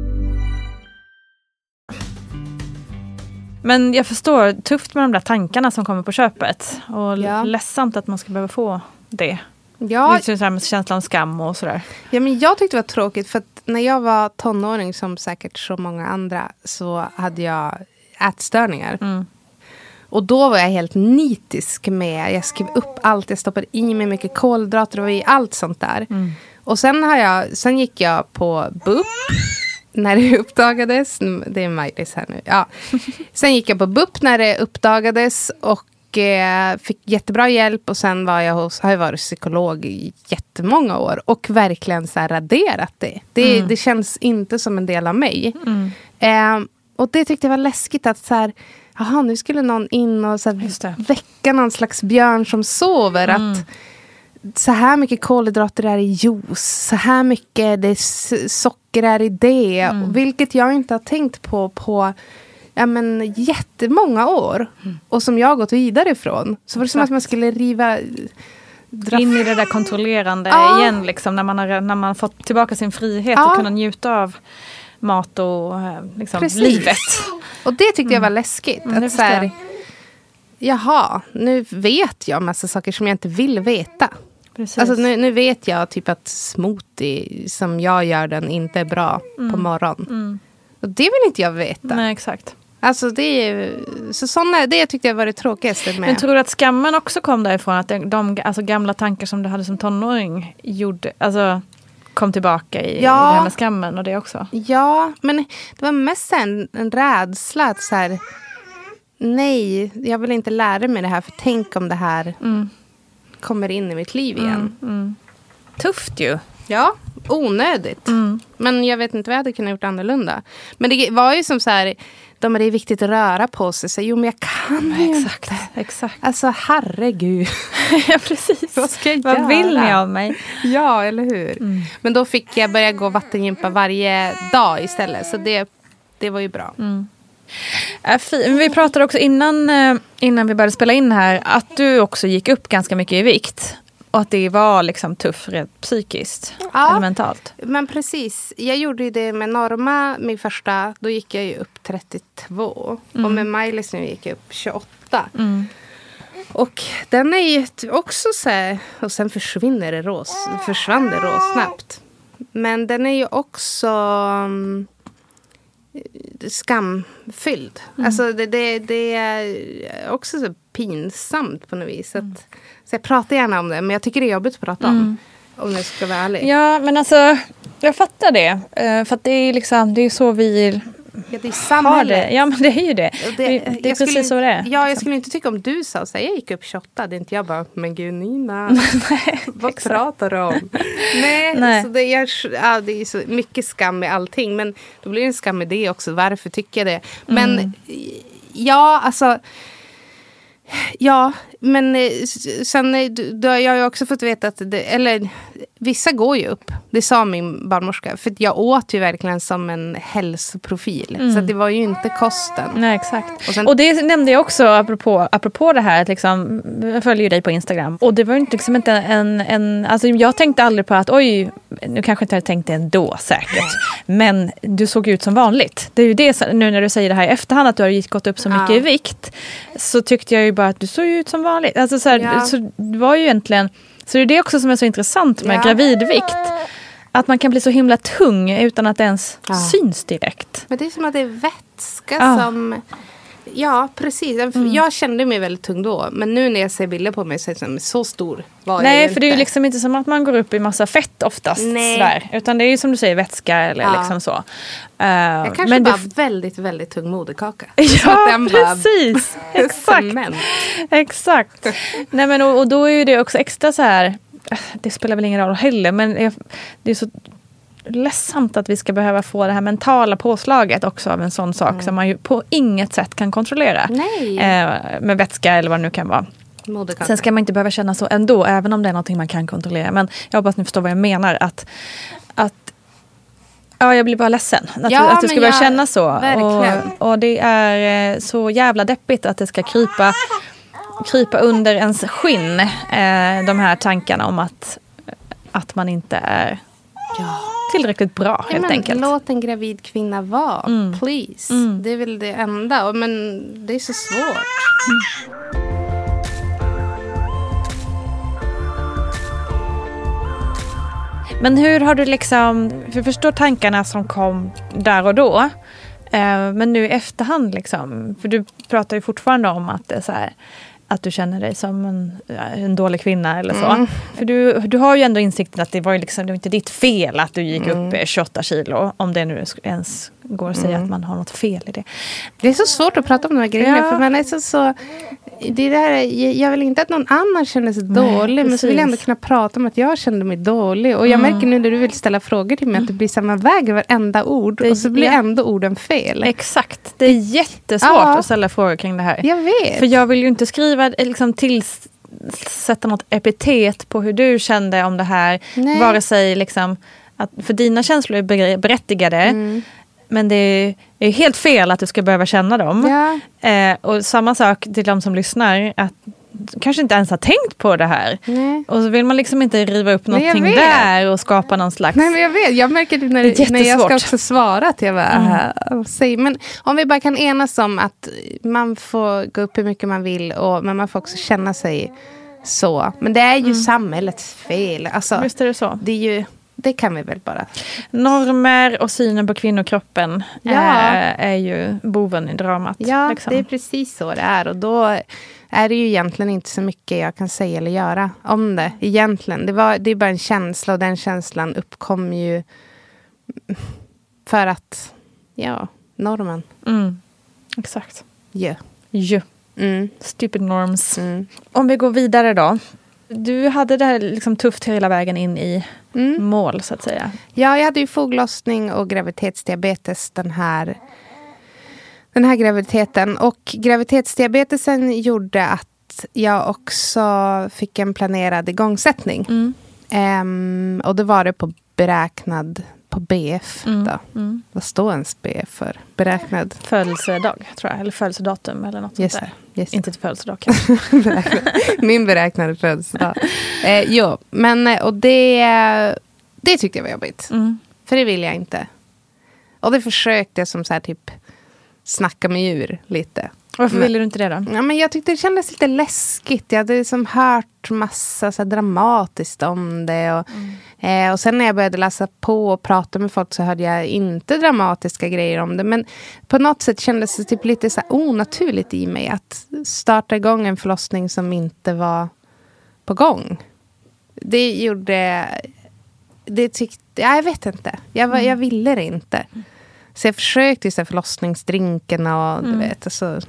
Men jag förstår, tufft med de där tankarna som kommer på köpet. Och ja. ledsamt att man ska behöva få det. Ja. Det är med känslan av skam och sådär. Ja, men jag tyckte det var tråkigt för att när jag var tonåring, som säkert så många andra, så hade jag ätstörningar. Mm. Och då var jag helt nitisk med, jag skrev upp allt, jag stoppade i mig mycket kolhydrater och i allt sånt där. Mm. Och sen, har jag, sen gick jag på B U P när det uppdagades. Det är Maj-Lis här nu. Ja. Sen gick jag på B U P när det uppdagades och eh, fick jättebra hjälp. Och sen var jag hos, har jag varit psykolog i jättemånga år och verkligen så här raderat det. Det, mm. det känns inte som en del av mig. Mm. Eh, och det tyckte jag var läskigt att så här, jaha, nu skulle någon in och så här, väcka någon slags björn som sover. Mm. Att så här mycket kolhydrater är i juice. Så här mycket det socker är i det. Mm. Vilket jag inte har tänkt på på ja, men, jättemånga år. Mm. Och som jag har gått vidare ifrån. Så var det som att man skulle riva... Dra in i det där kontrollerande ja. igen. Liksom, när man har när man fått tillbaka sin frihet ja. och kunna njuta av mat och liksom, livet. Och det tyckte mm. jag var läskigt. Mm, att så här, jaha, nu vet jag massa saker som jag inte vill veta. Precis. Alltså nu, nu vet jag typ att smoothie som jag gör den inte är bra mm. på morgonen. Mm. Och det vill inte jag veta. Nej, exakt. Alltså det är så sådana, det tyckte jag var det tråkigaste med. Men tror du att skammen också kom därifrån? Att de alltså, gamla tankar som du hade som tonåring gjorde, alltså, kom tillbaka i, ja. i det här med skammen och det också? Ja, men det var mest en, en rädsla att så här, nej, jag vill inte lära mig det här för tänk om det här mm. kommer in i mitt liv igen. Mm, mm. Tufft ju. Ja, onödigt. Mm. Men jag vet inte vad jag hade kunnat gjort annorlunda. Men det var ju som så här, de är det viktigt att röra på sig. Så, jo, men jag kan ja, ju exakt, inte. Exakt. Alltså, herregud. Ja, precis. Vad ska jag Vad göra? vill ni av mig? Ja, eller hur? Mm. Men då fick jag börja gå vattengympa varje dag istället. Så det, det var ju bra. Mm. Äh, vi pratade också innan, innan vi började spela in här att du också gick upp ganska mycket i vikt. Och att det var liksom tufft rent psykiskt ja, eller mentalt. Men precis. Jag gjorde ju det med Norma, min första. Då gick jag ju upp trettiotvå. Mm. Och med Maj-Lis nu gick jag upp tjugoåtta. Mm. Och den är ju också så här, och sen försvinner det rås, försvann det råsnabbt. Men den är ju också um, skamfylld. Mm. Alltså det, det, det är också så pinsamt på något vis. Mm. Att, så jag pratar gärna om det, men jag tycker det är jobbigt att prata om. Mm. Om jag ska vara ärlig. Ja, men alltså, jag fattar det. För att det är liksom, det är så vi Ja, det är samhället. Ja, men det är ju det. Det, det, det är precis skulle, så det är. Ja, jag skulle inte tycka om du sa så här, jag gick upp tjugoåtta, det är inte jag bara, men gud Nina, vad pratar du om? Nej, Nej. Så det, är, ja, det är så mycket skam med allting, men då blir det en skam med det också, varför tycker jag det? Men mm. ja, alltså ja, men sen då har jag också fått veta att det, eller vissa går ju upp. Det sa min barnmorska, för jag åt ju verkligen som en hälsoprofil. Mm. Så det var ju inte kosten. Nej, exakt. Och, sen, och det nämnde jag också apropå, apropå det här att liksom, jag följer ju dig på Instagram. Och det var ju liksom inte en, en alltså jag tänkte aldrig på att oj, nu kanske inte jag tänkte ändå säkert. Men du såg ut som vanligt. Det är ju det, nu när du säger det här i efterhand att du har gått upp så mycket ja. i vikt, så tyckte jag ju bara att du såg ut som vanligt. Alltså så, här, ja. så det var ju egentligen, så det är det också som är så intressant med ja. gravidvikt. Att man kan bli så himla tung utan att det ens ja. syns direkt. Men det är som att det är vätska ja. som... Ja, precis. Mm. Jag kände mig väldigt tung då. Men nu när jag ser bilder på mig så är det som, så stor var Nej, jag för inte. det är ju liksom inte som att man går upp i massa fett oftast. Svär, utan det är ju som du säger vätska eller ja. liksom så. Uh, jag kanske men bara det... väldigt, väldigt tung moderkaka. Ja, precis. Bara... Exakt. Exakt. Nej, men och, och då är ju det också extra så här... Det spelar väl ingen roll heller, men jag, det är så ledsamt att vi ska behöva få det här mentala påslaget också av en sån sak mm. som man ju på inget sätt kan kontrollera. Nej. Eh, med vätska eller vad det nu kan vara. Moderkaka. Sen ska man inte behöva känna så ändå, även om det är någonting man kan kontrollera. Men jag hoppas ni förstår vad jag menar. Att, att ja, jag blir bara ledsen. Att, ja, att du ska börja jag, känna så. Verkligen. Och, och det är så jävla deppigt att det ska krypa krypa under ens skinn eh, de här tankarna om att, att man inte är ja. tillräckligt bra, helt ja, men, enkelt. Låt en gravid kvinna vara, mm. please. Mm. Det är väl det enda, men det är så svårt. Mm. Men hur har du liksom, för förstår tankarna som kom där och då, eh, men nu i efterhand liksom, för du pratar ju fortfarande om att det är så här, att du känner dig som en, en dålig kvinna eller så. Mm. För du, du har ju ändå insikten att det var ju liksom, det var inte ditt fel att du gick mm. upp tjugoåtta kilo. Om det nu ens går att säga mm. att man har något fel i det. Det är så svårt att prata om de här grejerna. Ja. För man är så, så det där, jag vill inte att någon annan känner sig Nej, dålig. Precis. Men så vill jag ändå kunna prata om att jag kände mig dålig. Och jag mm. märker nu när du vill ställa frågor till mig mm. att det blir samma väg över varenda ord. Det, och så blir ja. ändå orden fel. Exakt. Det är jättesvårt ja. att ställa frågor kring det här. Jag vet. För jag vill ju inte skriva liksom tillsätta något epitet på hur du kände om det här. Nej. Vare sig liksom att, för dina känslor är berättigade. Mm. Men det är, det är helt fel att du ska behöva känna dem. Ja. Eh, och samma sak till de som lyssnar. Att kanske inte ens har tänkt på det här. Nej. Och så vill man liksom inte riva upp någonting där och skapa någon slags... Nej, men jag vet. Jag märker det när, det när jag ska också svara att jag bara... Mm. Säg. Men om vi bara kan enas om att man får gå upp hur mycket man vill. Och, men man får också känna sig så. Men det är ju mm. samhällets fel. Alltså, visst är det så. Det är ju... Det kan vi väl bara... Normer och synen på kvinnokroppen ja. är, är ju boven i dramat. Ja, liksom. Det är precis så det är. Och då är det ju egentligen inte så mycket jag kan säga eller göra om det. Egentligen. Det, var, det är bara en känsla och den känslan uppkom ju för att, ja, normen. Mm. Exakt. Ja. Yeah. Yeah. Mm. Stupid norms. Mm. Om vi går vidare då. Du hade det här liksom tufft hela vägen in i mm. mål, så att säga. Ja, jag hade ju foglossning och graviditetsdiabetes den här, den här graviditeten. Och graviditetsdiabetesen gjorde att jag också fick en planerad igångsättning. Mm. Um, och det var det på beräknad på B F mm. då. Mm. Vad står ens B F för? Beräknad. Födelsedag, tror jag. Eller födelsedatum eller något yes, sånt där. Yes. Inte till födelsedag kanske. Min beräknade födelsedag. Eh, jo, men och det, det tyckte jag var jobbigt. Mm. För det vill jag inte. Och det försökte jag som så här typ snacka mig ur lite. Varför men, ville du inte det då? Ja, men jag tyckte det kändes lite läskigt. Jag hade liksom hört massa så här dramatiskt om det. Och, mm. eh, och sen när jag började läsa på och prata med folk så hörde jag inte dramatiska grejer om det. Men på något sätt kändes det typ lite så här onaturligt i mig att starta igång en förlossning som inte var på gång. Det gjorde... Det tyckte... Ja, jag vet inte. Jag, var, jag ville det inte. Så jag försökte så här förlossningsdrinkarna och Mm. du vet, alltså,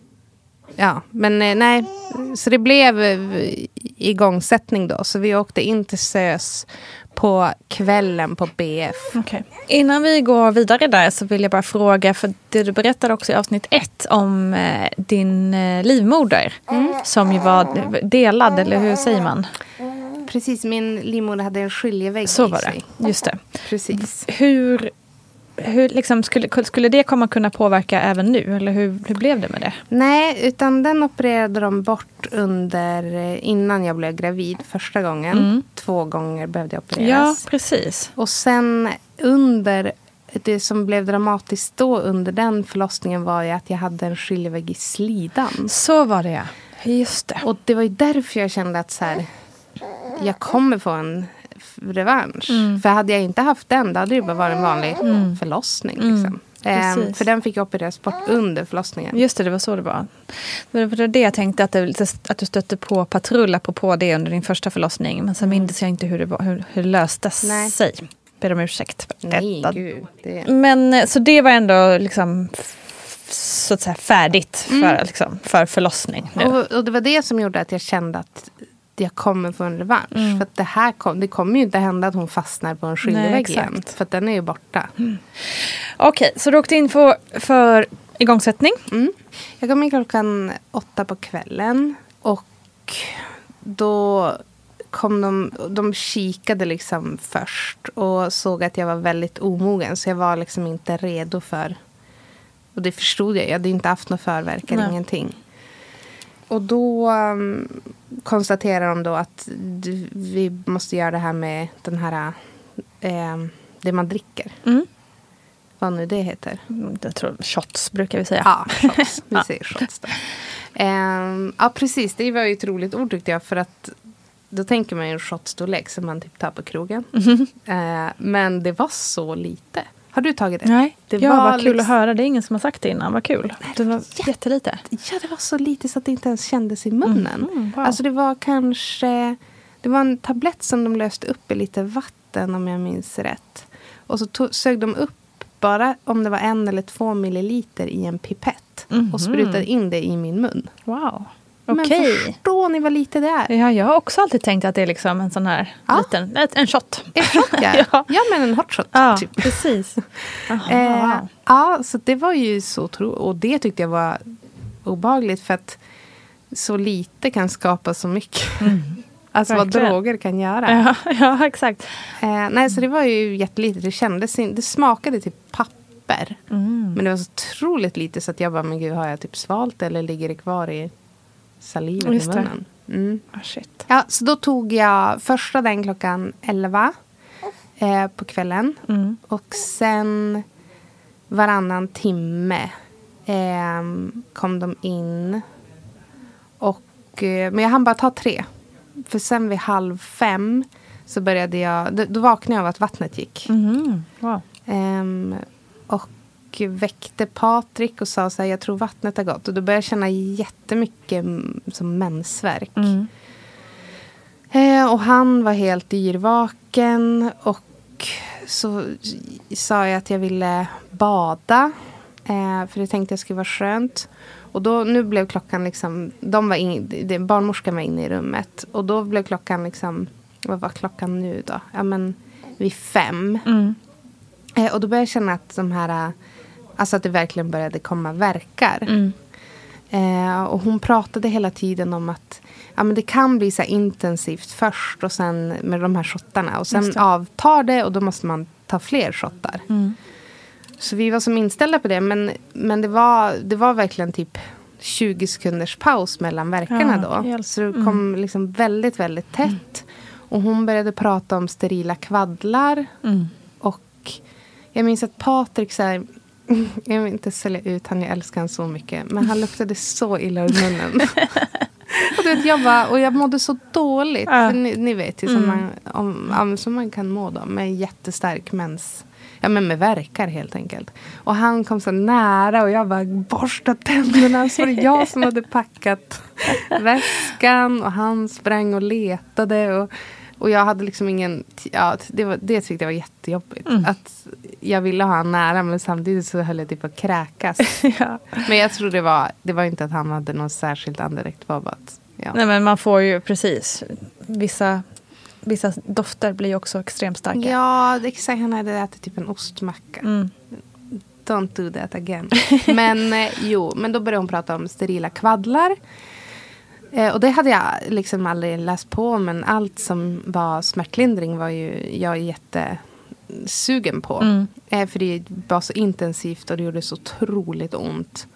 ja, men eh, nej, så det blev eh, igångsättning då. Så vi åkte in till SÖS på kvällen på B F. Okay. Innan vi går vidare där så vill jag bara fråga, för det du berättade också i avsnitt ett om eh, din eh, livmoder mm. som ju var delad, eller hur säger man? Precis, min livmoder hade en skiljevägg. Så var det, just det. Precis. Hur... Hur liksom, skulle, skulle det komma kunna påverka även nu? Eller hur, hur blev det med det? Nej, utan den opererade de bort under innan jag blev gravid första gången. Mm. Två gånger behövde jag opereras. Ja, precis. Och sen under, det som blev dramatiskt då under den förlossningen var ju att jag hade en skiljevägg i slidan. Så var det, ja. Just det. Och det var ju därför jag kände att så här, jag kommer få en revansch. Mm. För hade jag inte haft den, då hade det bara varit en vanlig mm. förlossning. Liksom. Mm. Ehm, för den fick jag opereras bort under förlossningen. Just det, det var så det var. Det var det jag tänkte, att, det, att du stötte på patrull på det under din första förlossning. Men så minns jag inte hur det, var, hur, hur det löstes Nej. sig. Ber om ursäkt för Nej, detta. Gud, det... Men så det var ändå liksom så att säga färdigt för, mm. liksom, för förlossning. Nu. Och, och det var det som gjorde att jag kände att jag kommer få en revansch. Mm. För att det här kom, det kommer ju inte hända att hon fastnar på en skiljevägg igen. För att den är ju borta. Mm. Okej, okay, så du åkte in för, för igångsättning? Mm. Jag kom in klockan åtta på kvällen. Och då kom de, de kikade liksom först. Och såg att jag var väldigt omogen. Så jag var liksom inte redo för... Och det förstod jag. Jag hade inte haft någon förverk eller ingenting. Och då um, konstaterar de då att du, vi måste göra det här med den här, eh, det man dricker. Mm. Vad nu det heter. Jag tror shots brukar vi säga. Ja, shots. Vi säger shots då. Um, ja, precis. Det var ju ett roligt ord tyckte jag. För att då tänker man ju en shotstorlek som man typ tar på krogen. Mm. Uh, men det var så lite. Har du tagit det? Nej, det ja, var vad kul liksom... att höra. Det är ingen som har sagt det innan. Vad kul. Nej, det var jätte... jättelite. Ja, det var så lite så att det inte ens kändes i munnen. Mm, mm, wow. Alltså det var kanske... Det var en tablett som de löste upp i lite vatten om jag minns rätt. Och så tog, sög de upp bara om det var en eller två milliliter i en pipett. Mm. Och sprutade in det i min mun. Wow. Men okej. Förstår ni vad lite det är? Ja, jag har också alltid tänkt att det är liksom en sån här ja. liten, en shot. En shot, ja. ja. Ja, men en hot shot. Ja, typ. precis. Aha, eh, wow. Ja, så det var ju så tro. Och det tyckte jag var obehagligt för att så lite kan skapa så mycket. Mm. Alltså verkligen. Vad droger kan göra. Ja, ja exakt. Eh, nej, så det var ju jättelitet. Det kändes, det smakade typ papper. Mm. Men det var så otroligt lite så att jag bara, men gud, har jag typ svalt eller ligger det kvar i salivet i munnen? Mm. Oh, shit. Ja, så då tog jag första den klockan elva eh, på kvällen. Mm. Och sen varannan timme eh, kom de in. Och, eh, men jag hann bara ta tre. För sen vid halv fem så började jag... Då, då vaknade jag av att vattnet gick. Mm. Wow. Um, och väckte Patrik och sa så här, jag tror vattnet har gått. Och då började jag känna jättemycket som mensvärk. Mm. Uh, och han var helt yrvaken. Och så sa jag att jag ville bada. Uh, för jag tänkte att det skulle vara skönt. Och då, nu blev klockan liksom, de var in, barnmorskan var inne i rummet. Och då blev klockan liksom, vad var klockan nu då? Ja men vid fem. Mm. Eh, och då började jag känna att de här, alltså att det verkligen började komma verkar. Mm. Eh, och hon pratade hela tiden om att ja, men det kan bli så här intensivt först och sen med de här shottarna. Och sen avtar det och då måste man ta fler shottar. Mm. Så vi var som inställda på det. Men, men det, var, det var verkligen typ tjugo sekunders paus mellan verkarna ja, då. Helt. Så det kom mm. liksom väldigt, väldigt tätt. Mm. Och hon började prata om sterila kvaddlar. Mm. Och jag minns att Patrik så här, jag vill inte sälja ut han, jag älskar han så mycket. Men han luktade så illa ur munnen. Och, vet, jag bara, och jag mådde så dåligt. Ja. Ni, ni vet ju som, mm. man, om, som man kan må då. Med jättestark mens. Ja, men med verkar helt enkelt. Och han kom så nära och jag bara borstade tänderna. Så var det jag som hade packat väskan. Och han sprang och letade. Och, Och jag hade liksom ingen... Ja, det, var, det tyckte jag var jättejobbigt. Mm. Att jag ville ha han nära, men samtidigt så höll jag typ på att kräkas. Ja. Men jag tror det var, det var inte att han hade något särskilt andedräkt. Det var bara att, ja. Nej, men man får ju precis... Vissa, vissa dofter blir ju också extremt starka. Ja, det är exakt. Han hade ätit typ en ostmacka. Mm. Don't do that again. Men eh, jo, men då började hon prata om sterila kvaddlar. Eh, och det hade jag liksom aldrig läst på. Men allt som var smärtlindring var ju jag jättesugen på. Mm. Eh, för det var så intensivt och det gjorde så otroligt ont.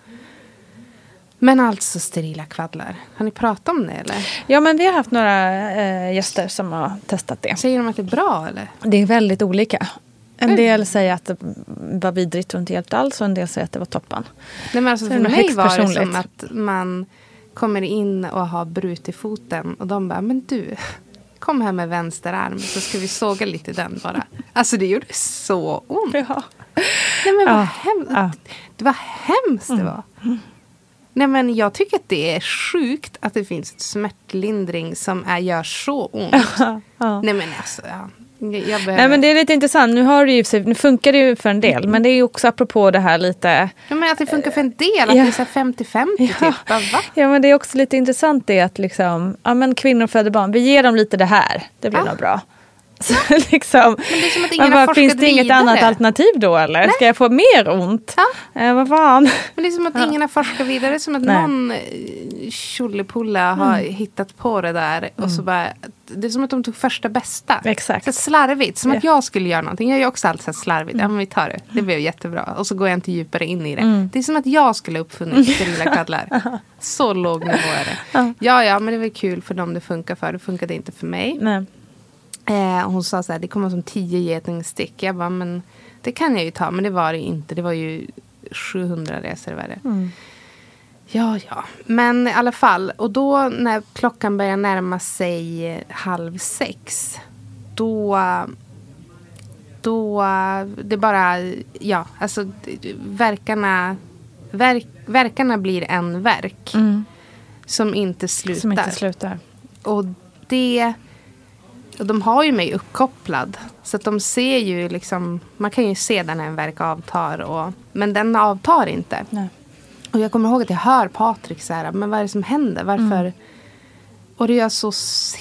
Men alltså sterila kvaddlar. Har ni pratat om det eller? Ja, men vi har haft några eh, gäster som har testat det. Säger de att det är bra eller? Det är väldigt olika. En Mm. del säger att det var vidrigt och inte hjälpte alls. Och en del säger att det var toppen. Nej, men alltså Så för det är mig högst var det personligt. som att man kommer in och har brut i foten. Och de bara, men du, kom här med vänster arm. Så ska vi såga lite den bara. Alltså det gjorde så ont. Ja. Nej, men vad Ja. hemskt. Ja. Det var hemskt det var. Nej, men jag tycker att det är sjukt att det finns ett smärtlindring som är, gör så ont. Ja. Nej, men alltså, ja. Jag behöver... Nej, men det är lite intressant. Nu, har det ju, nu funkar det ju för en del. Men det är ju också apropå det här lite... Ja, men att det funkar för en del. Att Ja. det är så här femtio femtio Ja. typ. Bara, va? Ja, men det är också lite intressant det att liksom, ja, men kvinnor föder barn. Vi ger dem lite det här. Det blir Ja. nog bra. Så liksom, Men det är som att ingen man har bara, forskat finns det inget vidare. annat alternativ då eller? Nej. Ska jag få mer ont? Ja. Eh, vad fan? Men det är som att ingen har forskat vidare. Som att Nej. någon eh, tjollepulla har hittat på det där. Och så bara, det är som att de tog första bästa. Exakt. Så slarvigt. Som Ja. att jag skulle göra någonting. Jag gör också alltid så här slarvigt. Ja, men vi tar det. Det blev jättebra. Och så går jag inte djupare in i det. Mm. Det är som att jag skulle ha uppfunnit sterila kvaddlar. Så låg nivå är det. Ja. Ja, ja, men det var kul för dem det funkar för. Det funkade inte för mig. Nej. Eh, och hon sa så här, det kommer som tio getingstick. Jag bara, men det kan jag ju ta. Men det var det inte. Det var ju sjuhundra resor värre. Mm. Ja, ja. Men i alla fall. Och då när klockan börjar närma sig halv sex. Då... Då... Det bara... Ja, alltså verkarna... Verk, verkarna blir en verk. Mm. Som inte slutar. Som inte slutar. Och det... Och de har ju mig uppkopplad. Så att de ser ju liksom... Man kan ju se den när en verk avtar. Och, men den avtar inte. Nej. Och jag kommer ihåg att jag hör Patrik så här. Men vad är det som händer? Varför? Mm. Och det gör så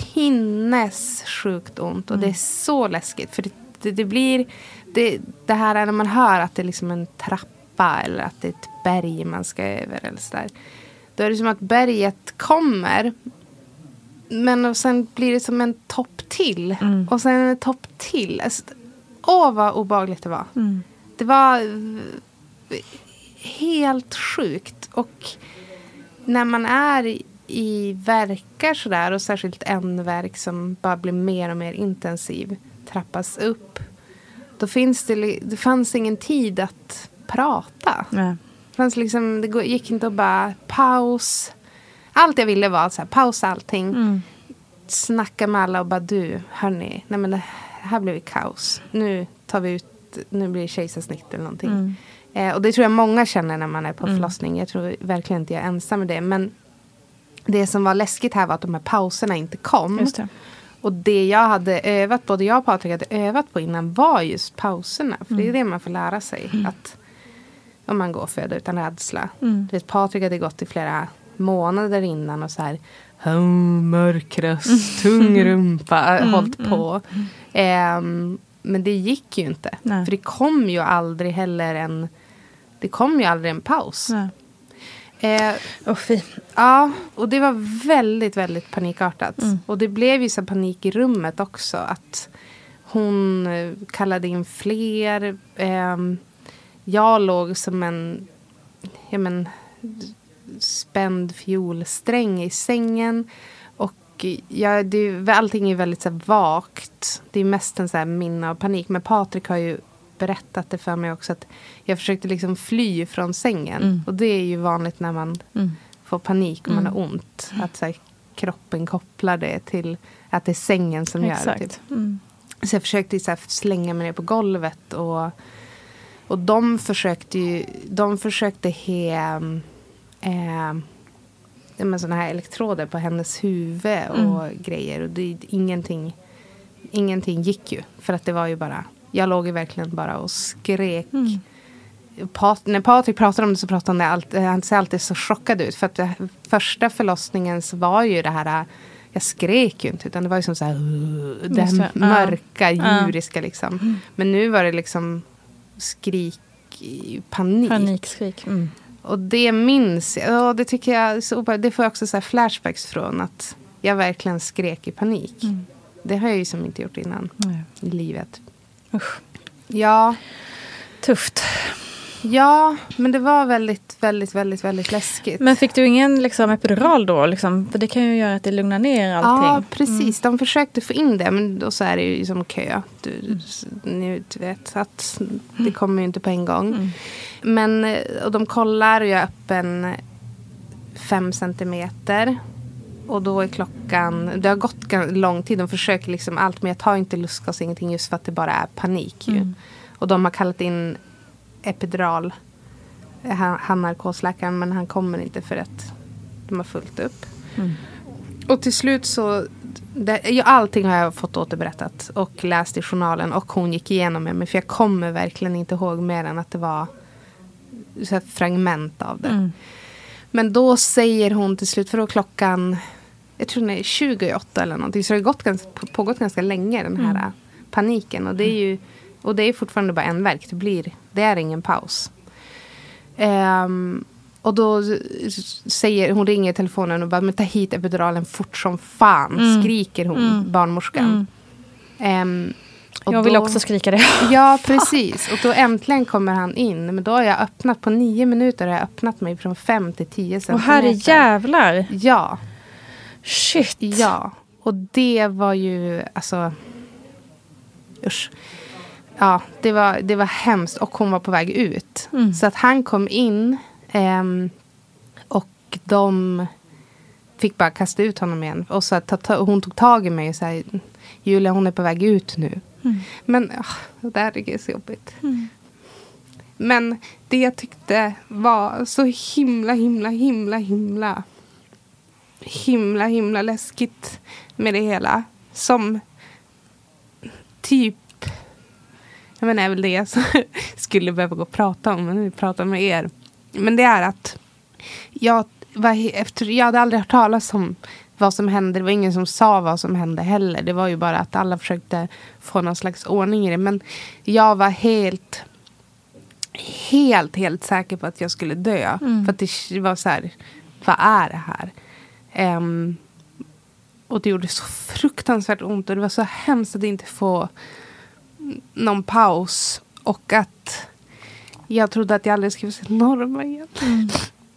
sinnessjukt ont. Och Mm. det är så läskigt. För det, det, det blir... Det, det här är när man hör att det är liksom en trappa. Eller att det är ett berg man ska över. Eller så där. Då är det som att berget kommer... Men och sen blir det som en topp till. Mm. Och sen en topp till. Alltså, åh, vad obehagligt det var. Mm. Det var eh, helt sjukt. Och när man är i, i verkar sådär. Och särskilt en verk som bara blir mer och mer intensiv. Trappas upp. Då finns det, det fanns ingen tid att prata. Nej. Det, fanns liksom, det gick inte att bara paus. Allt jag ville var att så här, pausa allting. Mm. Snacka med alla och bara du, hörni. Nej men det här blev kaos. Nu tar vi ut, nu blir det kejsarsnitt eller någonting. Mm. Eh, och det tror jag många känner när man är på Mm. förlossning. Jag tror verkligen inte jag är ensam med det. Men det som var läskigt här var att de här pauserna inte kom. Just det. Och det jag hade övat, både jag och Patrik hade övat på innan var just pauserna. För Mm. det är det man får lära sig. Att om man går och föder utan rädsla. Mm. Du vet, Patrik hade gått i flera månader innan och så här oh, mörk röst, tung rumpa, Mm, hållit mm, på. Ehm, men det gick ju inte. Nej. För det kom ju aldrig heller en det kom ju aldrig en paus. Nej. Eh, Oh, fy. ja, och det var väldigt, väldigt panikartat. Mm. Och det blev ju så panik i rummet också. Att hon eh, kallade in fler. Ehm, jag låg som en ja, men, spänd fiolsträng i sängen. Och ja, det, allting är väldigt så här, vagt. Det är mest en så här, minne av panik. Men Patrik har ju berättat det för mig också. Att jag försökte liksom fly från sängen. Mm. Och det är ju vanligt när man Mm. får panik och man Mm. har ont. Att så här, kroppen kopplar det till att det är sängen som gör det. Typ. Exakt. Mm. Så jag försökte så här, slänga mig ner på golvet. Och, och de försökte ju, de försökte he, eh, med såna här elektroder på hennes huvud och Mm. grejer. Och det är ingenting ingenting gick ju. För att det var ju bara, jag låg ju verkligen bara och skrek. Mm. Pat, när Patrik pratade om det så pratade han alltid, han ser alltid så chockad ut. För att det, första förlossningen så var ju det här, jag skrek ju inte. Utan det var ju som så här, uh, det här mörka, uh. djuriska liksom. Mm. Men nu var det liksom skrik, panik. Panikskrik. Mm. Och det minns jag, och det tycker jag, så, det får jag också så här flashbacks från. Att jag verkligen skrek i panik. Mm. Det har jag ju som inte gjort innan mm. i livet. Usch. Ja. Tufft. Ja, men det var väldigt, väldigt, väldigt, väldigt läskigt. Men fick du ingen liksom, epidural då? Liksom? För det kan ju göra att det lugnar ner allting. Ja, precis. Mm. De försökte få in det, men då så är det ju som kö. Du, mm. nu, du vet att det kommer ju inte på en gång. Mm. Men, och de kollar och jag är öppen fem centimeter. Och då är klockan, det har gått lång tid. De försöker liksom allt, men jag tar inte lustgas, ingenting just för att det bara är panik ju. Mm. Och de har kallat in epidural, han, han narkosläkaren, men han kommer inte för att de har fullt upp. Mm. Och till slut så det, ja, allting har jag fått återberättat och läst i journalen och hon gick igenom med mig, för jag kommer verkligen inte ihåg mer än att det var så ett fragment av det. Mm. Men då säger hon till slut, för då klockan jag tror det är tjugoåtta eller någonting, så det har gått ganska, pågått ganska länge den här mm. paniken, och det är ju och det är fortfarande bara en verk. Det blir, det är ingen paus. Um, och då säger hon, ringer i telefonen och bara, men ta hit epiduralen fort som fan. Mm. Skriker hon, mm. barnmorskan. Mm. Um, och jag vill då, också skrika det. Ja, precis. Och då äntligen kommer han in. Men då har jag öppnat, på nio minuter har jag öppnat mig från fem till tio centimeter. Och här är jävlar. Ja. Shit. Ja. Och det var ju, alltså, usch. Ja, det var, det var hemskt. Och hon var på väg ut. Mm. Så att han kom in. Um, och de fick bara kasta ut honom igen. Och så att ta, hon tog tag i mig och sa, Julia, hon är på väg ut nu. Mm. Men oh, det där är så jobbigt. Mm. Men det jag tyckte var så himla, himla, himla, himla himla, himla läskigt med det hela. Som typ jag menar, är väl det jag skulle behöva gå och prata om, men vi pratar med er. Men det är att jag, var, efter, jag hade aldrig hört talas om vad som hände. Det var ingen som sa vad som hände heller. Det var ju bara att alla försökte få någon slags ordning i det. Men jag var helt helt, helt säker på att jag skulle dö. Mm. För att det var så här, vad är det här? Um, och det gjorde så fruktansvärt ont. Och det var så hemskt att inte få någon paus. Och att jag trodde att jag aldrig skulle se Norma igen. Mm.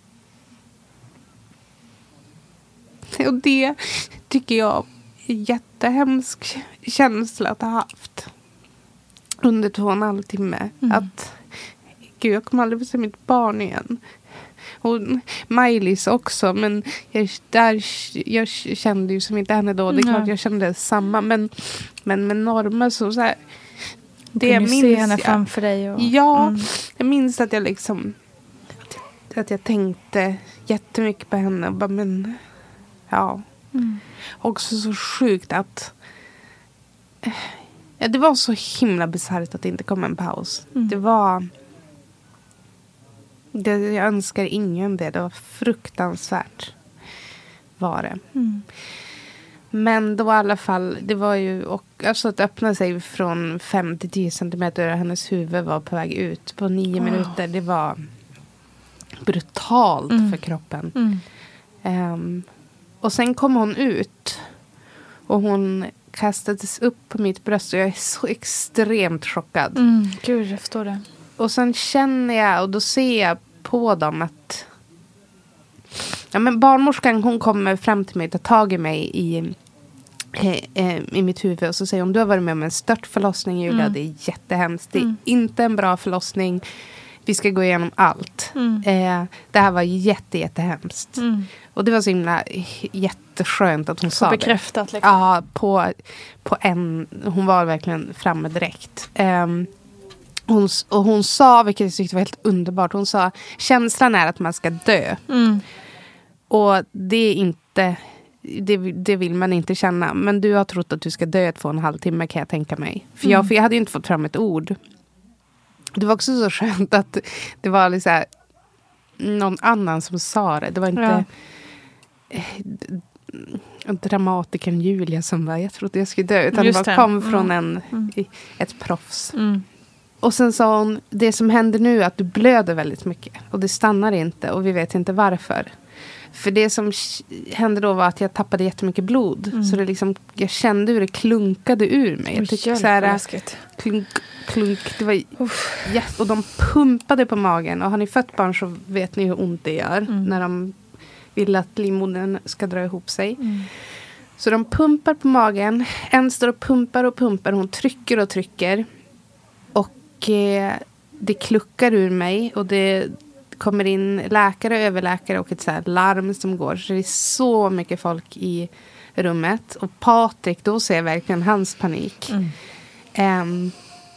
Och det tycker jag är en jättehemsk känsla att ha haft. Under två och en halv timme. Mm. Att, gud, jag kommer aldrig få se mitt barn igen. Och Maj-Lis också. Men jag, där, jag kände ju som inte henne då. Det är mm. klart jag kände samma. Men, men med Norma så, så här. Det jag minns se henne jag, framför dig. Och, ja, mm. jag minns att jag liksom. Att jag tänkte jättemycket på henne. Och bara, men ja. Mm. Också så sjukt att. Ja, det var så himla bisarrt att det inte kom en paus. Mm. Det var. Det, jag önskar ingen det. Det var fruktansvärt. Var det. Mm. Men då i alla fall. Det var ju. Och, alltså att öppna sig från fem till tio centimeter. Hennes huvud var på väg ut. På nio oh. minuter. Det var. Brutalt mm. för kroppen. Mm. Um, och sen kom hon ut. Och hon kastades upp på mitt bröst. Och jag är så extremt chockad. Mm, gud, jag förstår det. Och sen känner jag. Och då ser jag på dem att. Ja, men barnmorskan, hon kommer fram till mig. Tar tag i mig i. Eh, I mitt huvud. Och så säger hon. Du har varit med om en stört förlossning, Julia. Mm. Det är jättehemskt. Det är mm. inte en bra förlossning. Vi ska gå igenom allt. Mm. Eh, det här var jätte, jättehemskt. Mm. Och det var så himla jätteskönt att hon så sa bekräftat, det. Liksom. Ja, på, på en. Hon var verkligen framme direkt. Eh, hon, och hon sa, vilket jag tyckte var helt underbart. Hon sa, känslan är att man ska dö. Mm. Och det är inte det, det vill man inte känna. Men du har trott att du ska dö två och en halv timme, kan jag tänka mig. För, jag, för jag hade ju inte fått fram ett ord. Det var också så skönt att det var liksom här, någon annan som sa det. Det var inte ja. dramatikern Julia som var, jag trodde jag skulle dö. Utan Just det var, kom mm. från en, mm. ett proffs. Mm. Och sen sa hon, det som händer nu är att du blöder väldigt mycket. Och det stannar inte och vi vet inte varför. För det som hände då var att jag tappade jättemycket blod. Mm. Så det liksom, jag kände hur det klunkade ur mig. Jag tyckte så här, klunk, klunk, det var yes, och de pumpade på magen. Och har ni fött barn så vet ni hur ont det gör. Mm. När de vill att livmodern ska dra ihop sig. Mm. Så de pumpar på magen. En står och pumpar och pumpar. Hon trycker och trycker. Och eh, det kluckar ur mig. Och det kommer in läkare, överläkare och ett så här larm som går. Så det är så mycket folk i rummet. Och Patrik, då ser jag verkligen hans panik. Mm. Um,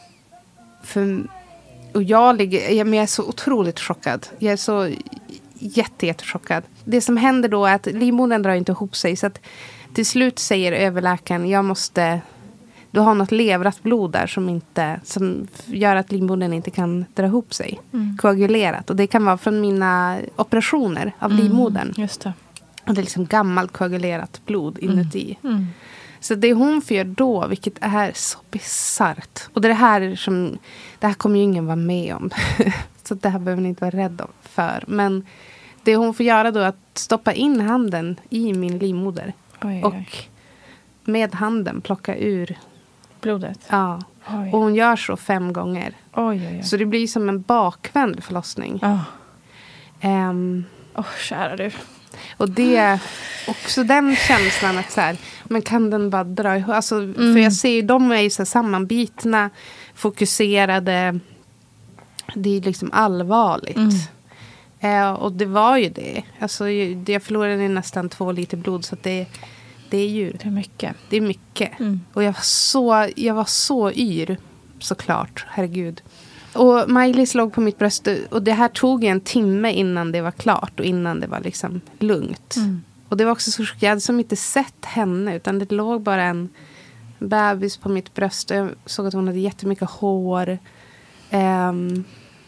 för, och jag ligger, jag, men jag är så otroligt chockad. Jag är så jätte, jättechockad. Det som händer då är att livmodern drar inte ihop sig. Så att till slut säger överläkaren, jag måste... Du har något levrat blod där som, inte, som gör att livmodern inte kan dra ihop sig. Mm. Koagulerat. Och det kan vara från mina operationer av mm. livmodern. Just det. Och det är liksom gammalt koagulerat blod inuti. Mm. Mm. Så det hon får göra då, vilket är så bisarrt. Och det här som, det här kommer ju ingen vara med om. Så det här behöver ni inte vara rädda för. Men det hon får göra då är att stoppa in handen i min livmoder. Oj, oj. Och med handen plocka ur blodet. Ja. Oj. Och hon gör så fem gånger. Oj, oj, oj. Så det blir som en bakvänd förlossning. Åh, oh. um, oh, kära du. Och det är också den känslan att så här, men kan den bara dra ihop? Alltså, mm. För jag ser ju, de är ju så här sammanbitna, fokuserade. Det är liksom allvarligt. Mm. Uh, och det var ju det. Alltså, jag förlorade nästan två liter blod, så att det Det är ju det är mycket. Det är mycket. Mm. Och jag var så jag var så yr, såklart. Herregud. Och Maj-Lis låg på mitt bröst och det här tog en timme innan det var klart och innan det var liksom lugnt. Mm. Och det var också så jag hade som inte sett henne, utan det låg bara en bebis på mitt bröst och jag såg att hon hade jättemycket hår. Um,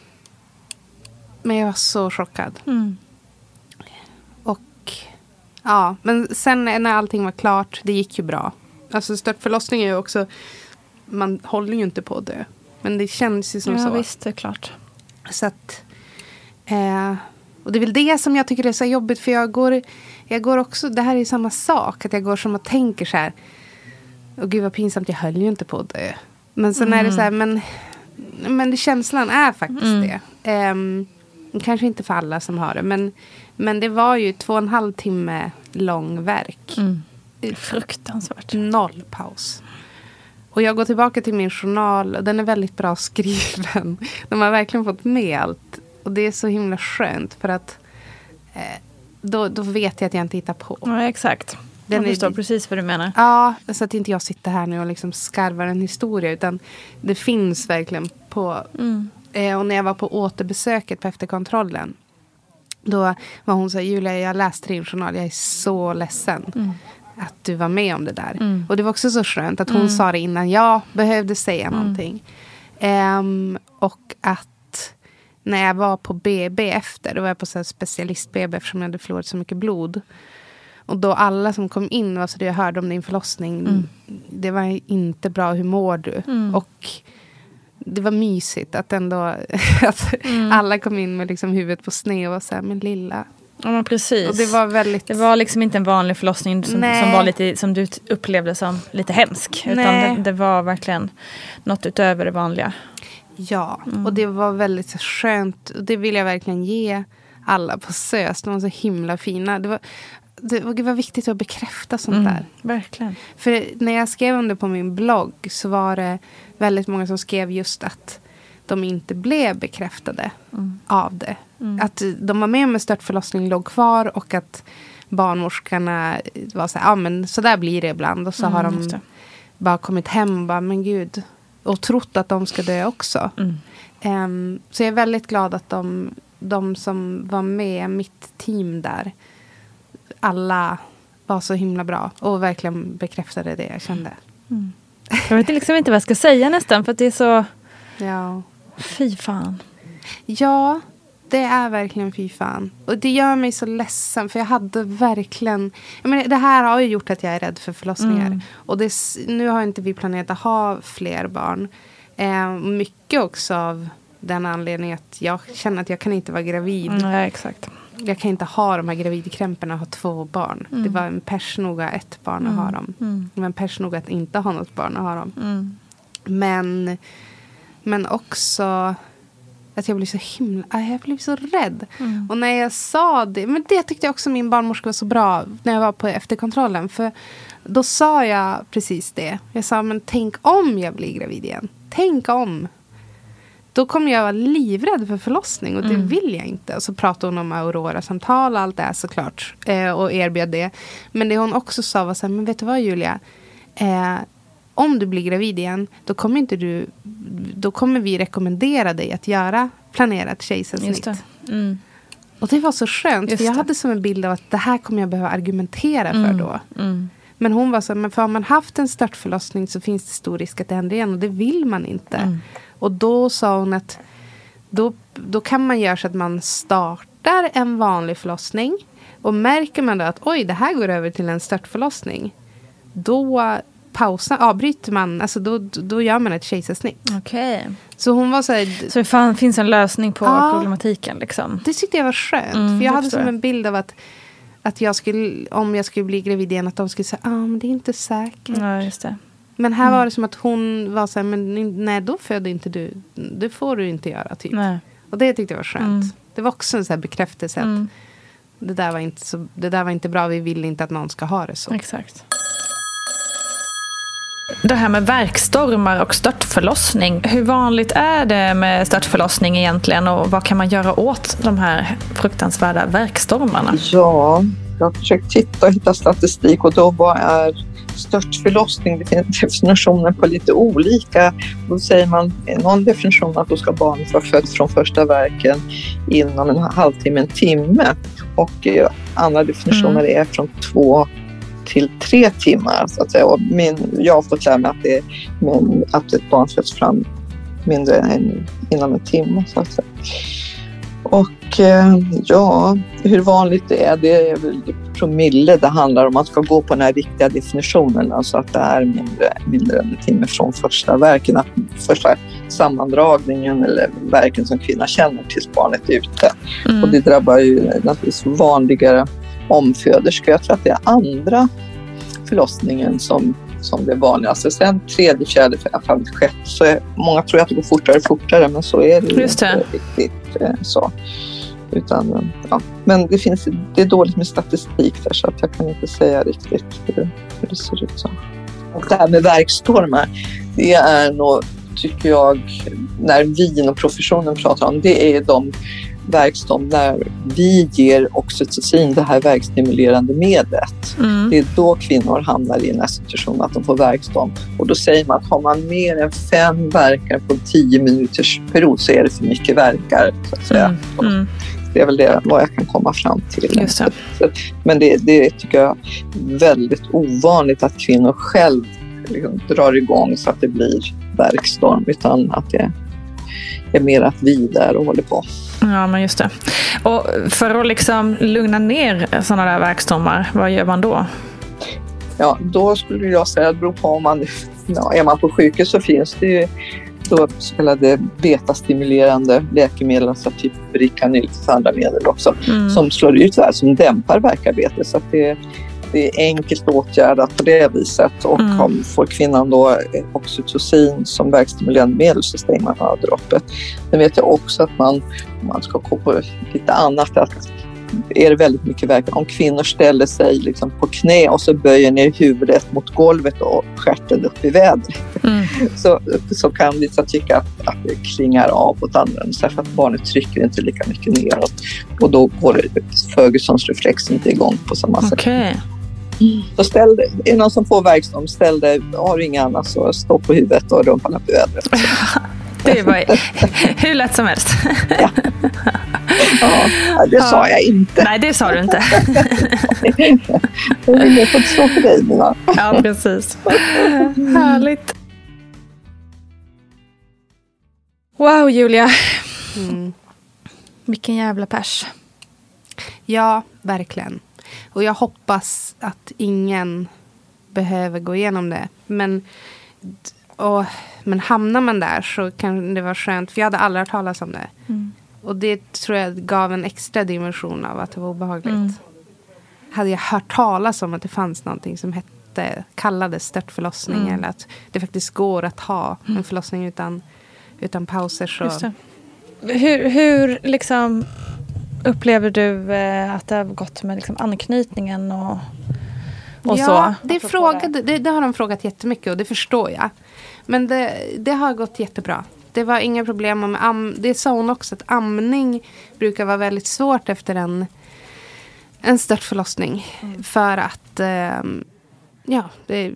men jag var så chockad. Mm. Ja, men sen när allting var klart, det gick ju bra. Alltså störtförlossning är ju också, man håller ju inte på att dö. Men det känns ju som ja, så. Ja, visst, det är klart. Så att, eh, och det är väl det som jag tycker är så jobbigt. För jag går, jag går också, det här är ju samma sak. Att jag går som och tänker så här, och gud vad pinsamt, jag höll ju inte på att dö. Men sen mm. är det så här, men, men det, känslan är faktiskt mm. det. Eh, kanske inte för alla som har det, men Men det var ju två och en halv timme lång verk. Mm. Fruktansvärt. Noll paus. Och jag går tillbaka till min journal. Den är väldigt bra skriven. De har verkligen fått med allt. Och det är så himla skönt. För att eh, då, då vet jag att jag inte hittar på. Ja, exakt. Den jag förstår är, precis vad du menar. Ja, så att inte jag sitter här nu och liksom skarvar en historia. Utan det finns verkligen på... Mm. Eh, och när jag var på återbesöket på efterkontrollen. Då var hon så här, Julia, jag läste din journal, jag är så ledsen mm. att du var med om det där. Mm. Och det var också så skönt att hon mm. sa det innan jag behövde säga mm. någonting. Um, och att när jag var på B B efter, då var jag på så här specialist-B B eftersom jag hade förlorat så mycket blod. Och då alla som kom in, var så det jag hörde om din förlossning, mm. det var inte bra, hur mår du? Mm. Och det var mysigt att ändå att mm. alla kom in med liksom huvudet på sned och var så här, men lilla. Ja, men precis. Och det var väldigt... Det var liksom inte en vanlig förlossning som, som var lite, som du upplevde som lite hemsk. Utan det, det var verkligen något utöver det vanliga. Ja, mm. och det var väldigt skönt. Och det vill jag verkligen ge alla på SÖS. De var så himla fina. Det var, det var viktigt att bekräfta sånt mm, där. Verkligen. För när jag skrev under på min blogg så var det väldigt många som skrev just att de inte blev bekräftade mm. av det. Mm. Att de var med med störtförlossning, låg kvar och att barnmorskarna var så här, ja men så där blir det ibland. Och så mm, har de bara kommit hem och bara, men gud, och trott att de ska dö också. Mm. Um, så jag är väldigt glad att de, de som var med, mitt team där, alla var så himla bra. Och verkligen bekräftade det jag kände. Mm. Jag vet liksom inte vad jag ska säga nästan. För att det är så... Ja. Fy fan. Ja, det är verkligen fy fan. Och det gör mig så ledsen. För jag hade verkligen... Jag menar, det här har ju gjort att jag är rädd för förlossningar. Mm. Och det, nu har inte vi planerat att ha fler barn. Eh, mycket också av den anledningen att jag känner att jag kan inte vara gravid. Mm, ja, exakt. Jag kan inte ha de här gravidkrämporna och ha två barn. Mm. Det var en pers noga ett barn att mm. ha dem. Mm. Det var en pers noga att inte ha något barn att ha dem. Mm. Men, men också att jag blev så himla... Jag blev så rädd. Mm. Och när jag sa det... Men det tyckte jag också min barnmorska var så bra när jag var på efterkontrollen. För då sa jag precis det. Jag sa, men tänk om jag blir gravid igen. Tänk om... Då kommer jag vara livrädd för förlossning. Och det mm. vill jag inte. Och så pratade hon om Aurora-samtal och allt det här såklart. Eh, och erbjöd det. Men det hon också sa var så här, men vet du vad Julia? Eh, om du blir gravid igen. Då kommer inte du... Då kommer vi rekommendera dig att göra planerat kejsarsnitt. Just det. Mm. Och det var så skönt. Just för jag det. hade som en bild av att det här kommer jag behöva argumentera för mm. då. Mm. Men hon var så här, men för har man haft en startförlossning så finns det stor risk att det händer igen. Och det vill man inte. Mm. Och då sa hon att då, då kan man göra så att man startar en vanlig förlossning. Och märker man då att oj, det här går över till en startförlossning. Då pausar, avbryter man, alltså då, då gör man ett kejsarsnitt. Okej. Okay. Så hon var så här, så det fan, finns en lösning på ja, problematiken liksom. Det tyckte jag var skönt. Mm, för jag hade som jag. en bild av att att jag skulle, om jag skulle bli gravid igen, att de skulle säga, ja ah, men det är inte säkert. Ja, just det. Men här mm. var det som att hon var så här, men nej, då föder inte du. Det får du inte göra, typ. Nej. Och det tyckte jag var skönt. Mm. Det var också en så här bekräftelse att mm. det, där var inte så, det där var inte bra. Vi vill inte att någon ska ha det så. Exakt. Det här med värkstormar och störtförlossning. Hur vanligt är det med störtförlossning egentligen? Och vad kan man göra åt de här fruktansvärda värkstormarna? Ja, jag har försökt titta och hitta statistik. Och då vad är störtförlossning? Det finns definitioner på lite olika. Då säger man någon definition att då ska barnet vara fött från första verken inom en halvtimme, en timme. Och eh, andra definitioner mm. är från två till tre timmar så att säga. Och min, jag har fått lära mig att, det är, men, att ett barn föds fram mindre än inom en timme så att säga. Och eh, ja, hur vanligt det är, det är väl promille det handlar om. Man ska gå på den här riktiga definitionen, alltså att det är mindre, mindre än en timme från första verken, att första sammandragningen eller verken som kvinna känner tills barnet är ute. Mm. Och det drabbar ju naturligtvis vanligare omföderskor. Jag tror att det är andra förlossningen som, som det är vanligaste. Sen tredje, fjärde, femte, sjätte så är, många tror att det går fortare och fortare, men så är det ju inte riktigt eh, så. Utan, ja. Men det, finns, det är dåligt med statistik där så att jag kan inte säga riktigt hur, hur det ser ut så. Och det här med värkstormar, det är nog, tycker jag, när vi och professionen pratar om, det är de verkstorm där vi ger oxytocin, det här verkstimulerande medlet. Mm. Det är då kvinnor hamnar i en situation att de får verkstorm. Och då säger man att har man mer än fem verkar på tio minuters period så är det för mycket verkar, så att säga. Mm. Mm. Det är väl det vad jag kan komma fram till. Just det. Men det, det tycker jag är väldigt ovanligt att kvinnor själv liksom drar igång så att det blir verkstorm, utan att det är mer att vi där och håller på. Ja, men just det. Och för att liksom lugna ner sådana där verkstormar, vad gör man då? Ja, då skulle jag säga att det beror på om man, ja, är man på sjukhus så finns det ju då så kallade betastimulerande läkemedel, alltså typ Bricanyl och andra medel också, mm. som slår ut det här, som dämpar värkarbete, så att det, det är enkelt åtgärdat på det viset. Och mm. om får kvinnan då oxytocin som verkstimulerande medel så stänger man av droppet. Sen vet jag också att man, man ska gå på lite annat, att är det väldigt mycket verk. Om kvinnor ställer sig liksom på knä och så böjer ner huvudet mot golvet och stjärten upp i vädret. Mm. Så, så kan vissa tycka att, att det klingar av åt andra. Så att barnet trycker inte lika mycket neråt. Och då går Fergusons reflex inte igång på samma sätt. Okay. Mm. Så ställ dig, är det någon som får verkstorm, ställ dig, har du inga annat så stå på huvudet och rumpan upp i vädret. Det var hur lätt som helst. Ja. Ja, det sa jag inte. Nej, det sa du inte. Det får inte stå för dig, Nina. Ja, precis. Härligt. Wow, Julia. Mm. Vilken jävla pers. Ja, verkligen. Och jag hoppas att ingen behöver gå igenom det. Men, och, men hamnar man där så kan det vara skönt. För jag hade aldrig hört talas om det. Mm. Och det tror jag gav en extra dimension av att det var obehagligt. Mm. Hade jag hört talas om att det fanns någonting som hette, kallades störtförlossning. Mm. Eller att det faktiskt går att ha en förlossning utan, utan pauser. Så. Just det. Hur, hur liksom upplever du eh, att det har gått med liksom anknytningen och, och ja, så? Det, frågade, det, det har de frågat jättemycket och det förstår jag. Men det, det har gått jättebra. Det var inga problem med am, det sa hon också att amning brukar vara väldigt svårt efter en, en störtförlossning. Mm. För att eh, ja, det,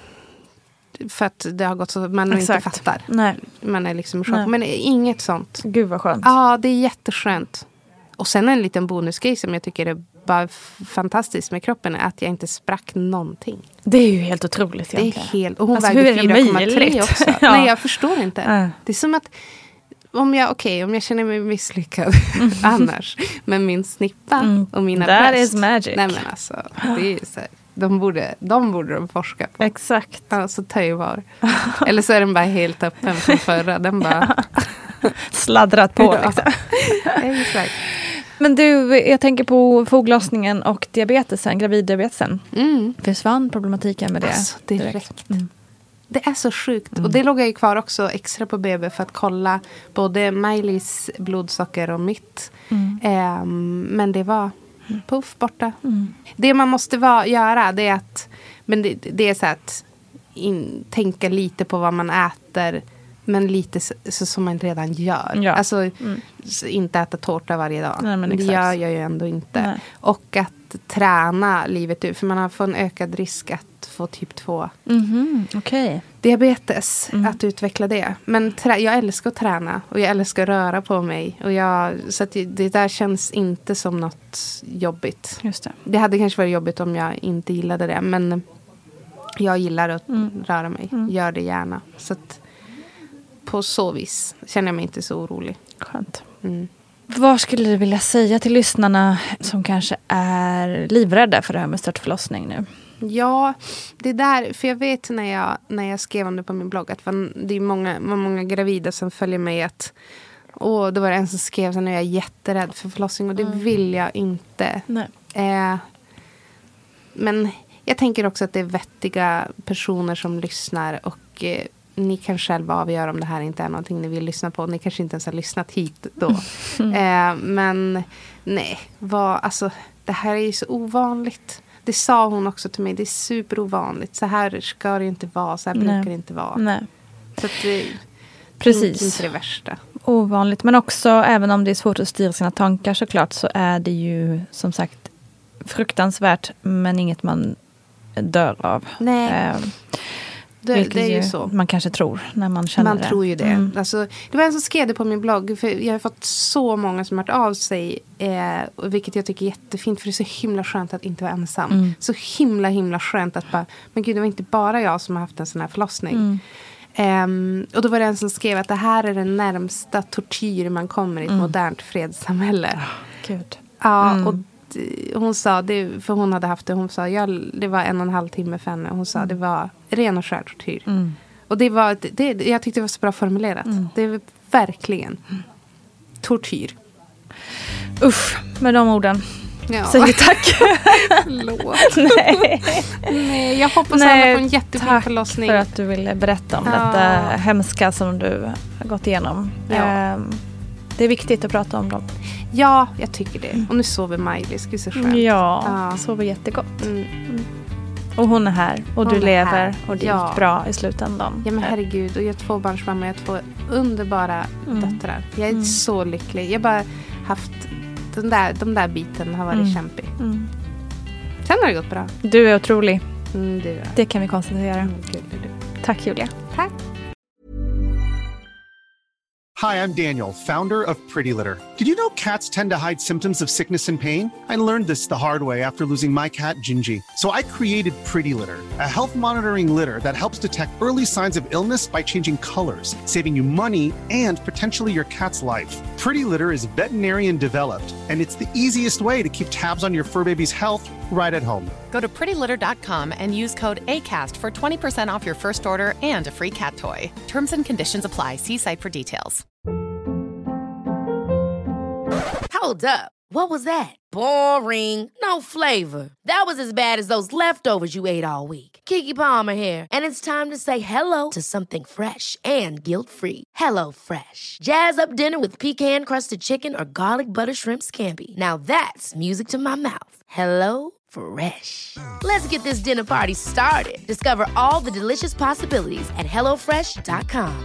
för att det har gått så man Exakt. inte fattar. Nej. Man är liksom i chock. Men inget sånt. Gud vad skönt. Ja, det är jätteskönt. Och sen en liten bonusgrej som jag tycker är bara fantastiskt med kroppen är att jag inte sprack någonting. Det är ju helt otroligt egentligen. Det är helt, och hon alltså, vägde fyra komma tre också. Ja. Nej, jag förstår inte. Äh. Det är som att om jag, okej, okay, om jag känner mig misslyckad mm. annars med min snippa mm. och mina That bröst. is magic. Nej men alltså, det är ju så här, de borde, de borde de forska på. Exakt. Alltså ta ju var. Eller så är den bara helt öppen från förra. Den bara sladdrat på liksom. Exakt. Men du, jag tänker på foglossningen och diabetesen, graviddiabetesen. Mm. Försvann problematiken med det? Alltså, direkt. Mm. Det är så sjukt. Mm. Och det låg jag ju kvar också extra på B B för att kolla både Miley's blodsocker och mitt. Mm. Um, men det var puff borta. Mm. Det man måste va- göra det är att, men det, det är så att in, tänka lite på vad man äter. Men lite så, så som man redan gör. Ja. Alltså mm. inte äta tårta varje dag. Nej, men det gör jag ju ändå inte. Nej. Och att träna livet ut. För man har fått en ökad risk att få typ två. Mm-hmm. Okay. Diabetes. Mm. Att utveckla det. Men trä- jag älskar att träna. Och jag älskar att röra på mig. Och jag, så att det, det där känns inte som något jobbigt. Just det. Det hade kanske varit jobbigt om jag inte gillade det. Men jag gillar att mm. röra mig. Mm. Gör det gärna. Så att på så vis känner jag mig inte så orolig. Skönt. Mm. Vad skulle du vilja säga till lyssnarna som kanske är livrädda för det här med störtförlossning nu? Ja, det där, för jag vet när jag, när jag skrev om det på min blogg att det är många, många gravida som följer mig att åh, då var det en som skrev att nu är jag jätterädd för förlossning och det mm. vill jag inte. Nej. Eh, men jag tänker också att det är vettiga personer som lyssnar och eh, ni kan själva avgöra om det här inte är någonting ni vill lyssna på. Ni kanske inte ens har lyssnat hit då. Mm. Eh, men nej, vad, alltså, det här är ju så ovanligt. Det sa hon också till mig. Det är superovanligt. Så här ska det inte vara. Så här nej. brukar det inte vara. Nej. Så att det Precis. är inte det värsta. Ovanligt. Men också, även om det är svårt att styra sina tankar såklart, så är det ju som sagt fruktansvärt. Men inget man dör av. Nej. Eh, Det, det är ju så. Man kanske tror när man känner man det. Man tror ju det. Mm. Alltså, det var en som skrev det på min blogg. För jag har fått så många som har hört av sig. Eh, vilket jag tycker är jättefint. För det är så himla skönt att inte vara ensam. Mm. Så himla himla skönt att bara, men gud, det var inte bara jag som har haft en sån här förlossning. Mm. Eh, och då var det en som skrev att det här är den närmsta tortyr man kommer i ett mm. modernt fredssamhälle. Oh, gud. Ja, mm. och hon sa, det, för hon hade haft det, hon sa, jag, det var en och en halv timme för henne. Hon sa, mm. det var ren och skär tortyr. Mm. Och det var, det, jag tyckte det var så bra formulerat. Mm. Det är verkligen mm. tortyr. Usch, med de orden. Ja. Säger tack. Förlåt. Nej. Nej, jag hoppas Nej, alla får en jättefin förlossning. Tack för att du ville berätta om ja. detta hemska som du har gått igenom. Ja. Det är viktigt att prata om dem. Ja, jag tycker det. Och nu sover Miley, det är så skönt. Ja, ja. sover jättegott. Mm. Och hon är här. Och hon du lever. Här. Och det ja. gick bra i slutändan. Ja, men herregud. Och jag är tvåbarnsmamma. Jag har två underbara mm. döttrar. Jag är mm. så lycklig. Jag har bara haft... Den där, de där biten har varit mm. kämpig. Mm. Sen har det gått bra. Du är otrolig. Mm, du är. Det kan vi konstatera. Mm, gud, du. Tack, Julia. Tack. Hi, I'm Daniel, founder of Pretty Litter. Did you know cats tend to hide symptoms of sickness and pain? I learned this the hard way after losing my cat, Gingy. So I created Pretty Litter, a health monitoring litter that helps detect early signs of illness by changing colors, saving you money and potentially your cat's life. Pretty Litter is veterinarian developed, and it's the easiest way to keep tabs on your fur baby's health right at home. Go to pretty litter dot com and use code ACAST for twenty percent off your first order and a free cat toy. Terms and conditions apply. See site for details. Hold up. What was that? Boring. No flavor. That was as bad as those leftovers you ate all week. Keke Palmer here, and it's time to say hello to something fresh and guilt-free. Hello Fresh. Jazz up dinner with pecan-crusted chicken or garlic butter shrimp scampi. Now that's music to my mouth. Hello Fresh. Let's get this dinner party started. Discover all the delicious possibilities at hello fresh dot com.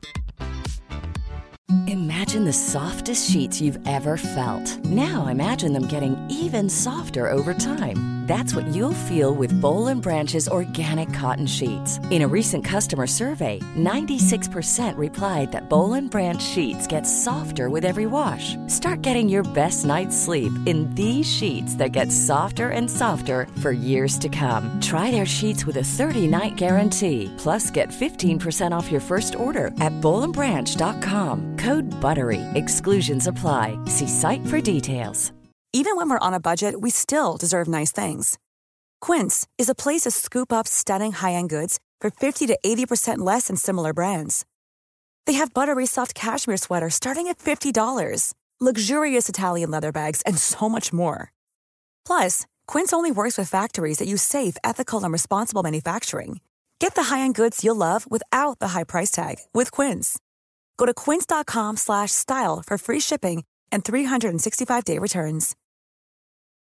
Imagine the softest sheets you've ever felt. Now imagine them getting even softer over time. That's what you'll feel with Boll and Branch's organic cotton sheets. In a recent customer survey, ninety-six percent replied that Boll and Branch sheets get softer with every wash. Start getting your best night's sleep in these sheets that get softer and softer for years to come. Try their sheets with a thirty-night guarantee. Plus, get fifteen percent off your first order at boll and branch dot com. Code BUTTERY. Exclusions apply. See site for details. Even when we're on a budget, we still deserve nice things. Quince is a place to scoop up stunning high-end goods for fifty to eighty percent less than similar brands. They have buttery soft cashmere sweaters starting at fifty dollars, luxurious Italian leather bags, and so much more. Plus, Quince only works with factories that use safe, ethical, and responsible manufacturing. Get the high-end goods you'll love without the high price tag with Quince. Go to quince dot com slash style for free shipping and three sixty-five day returns.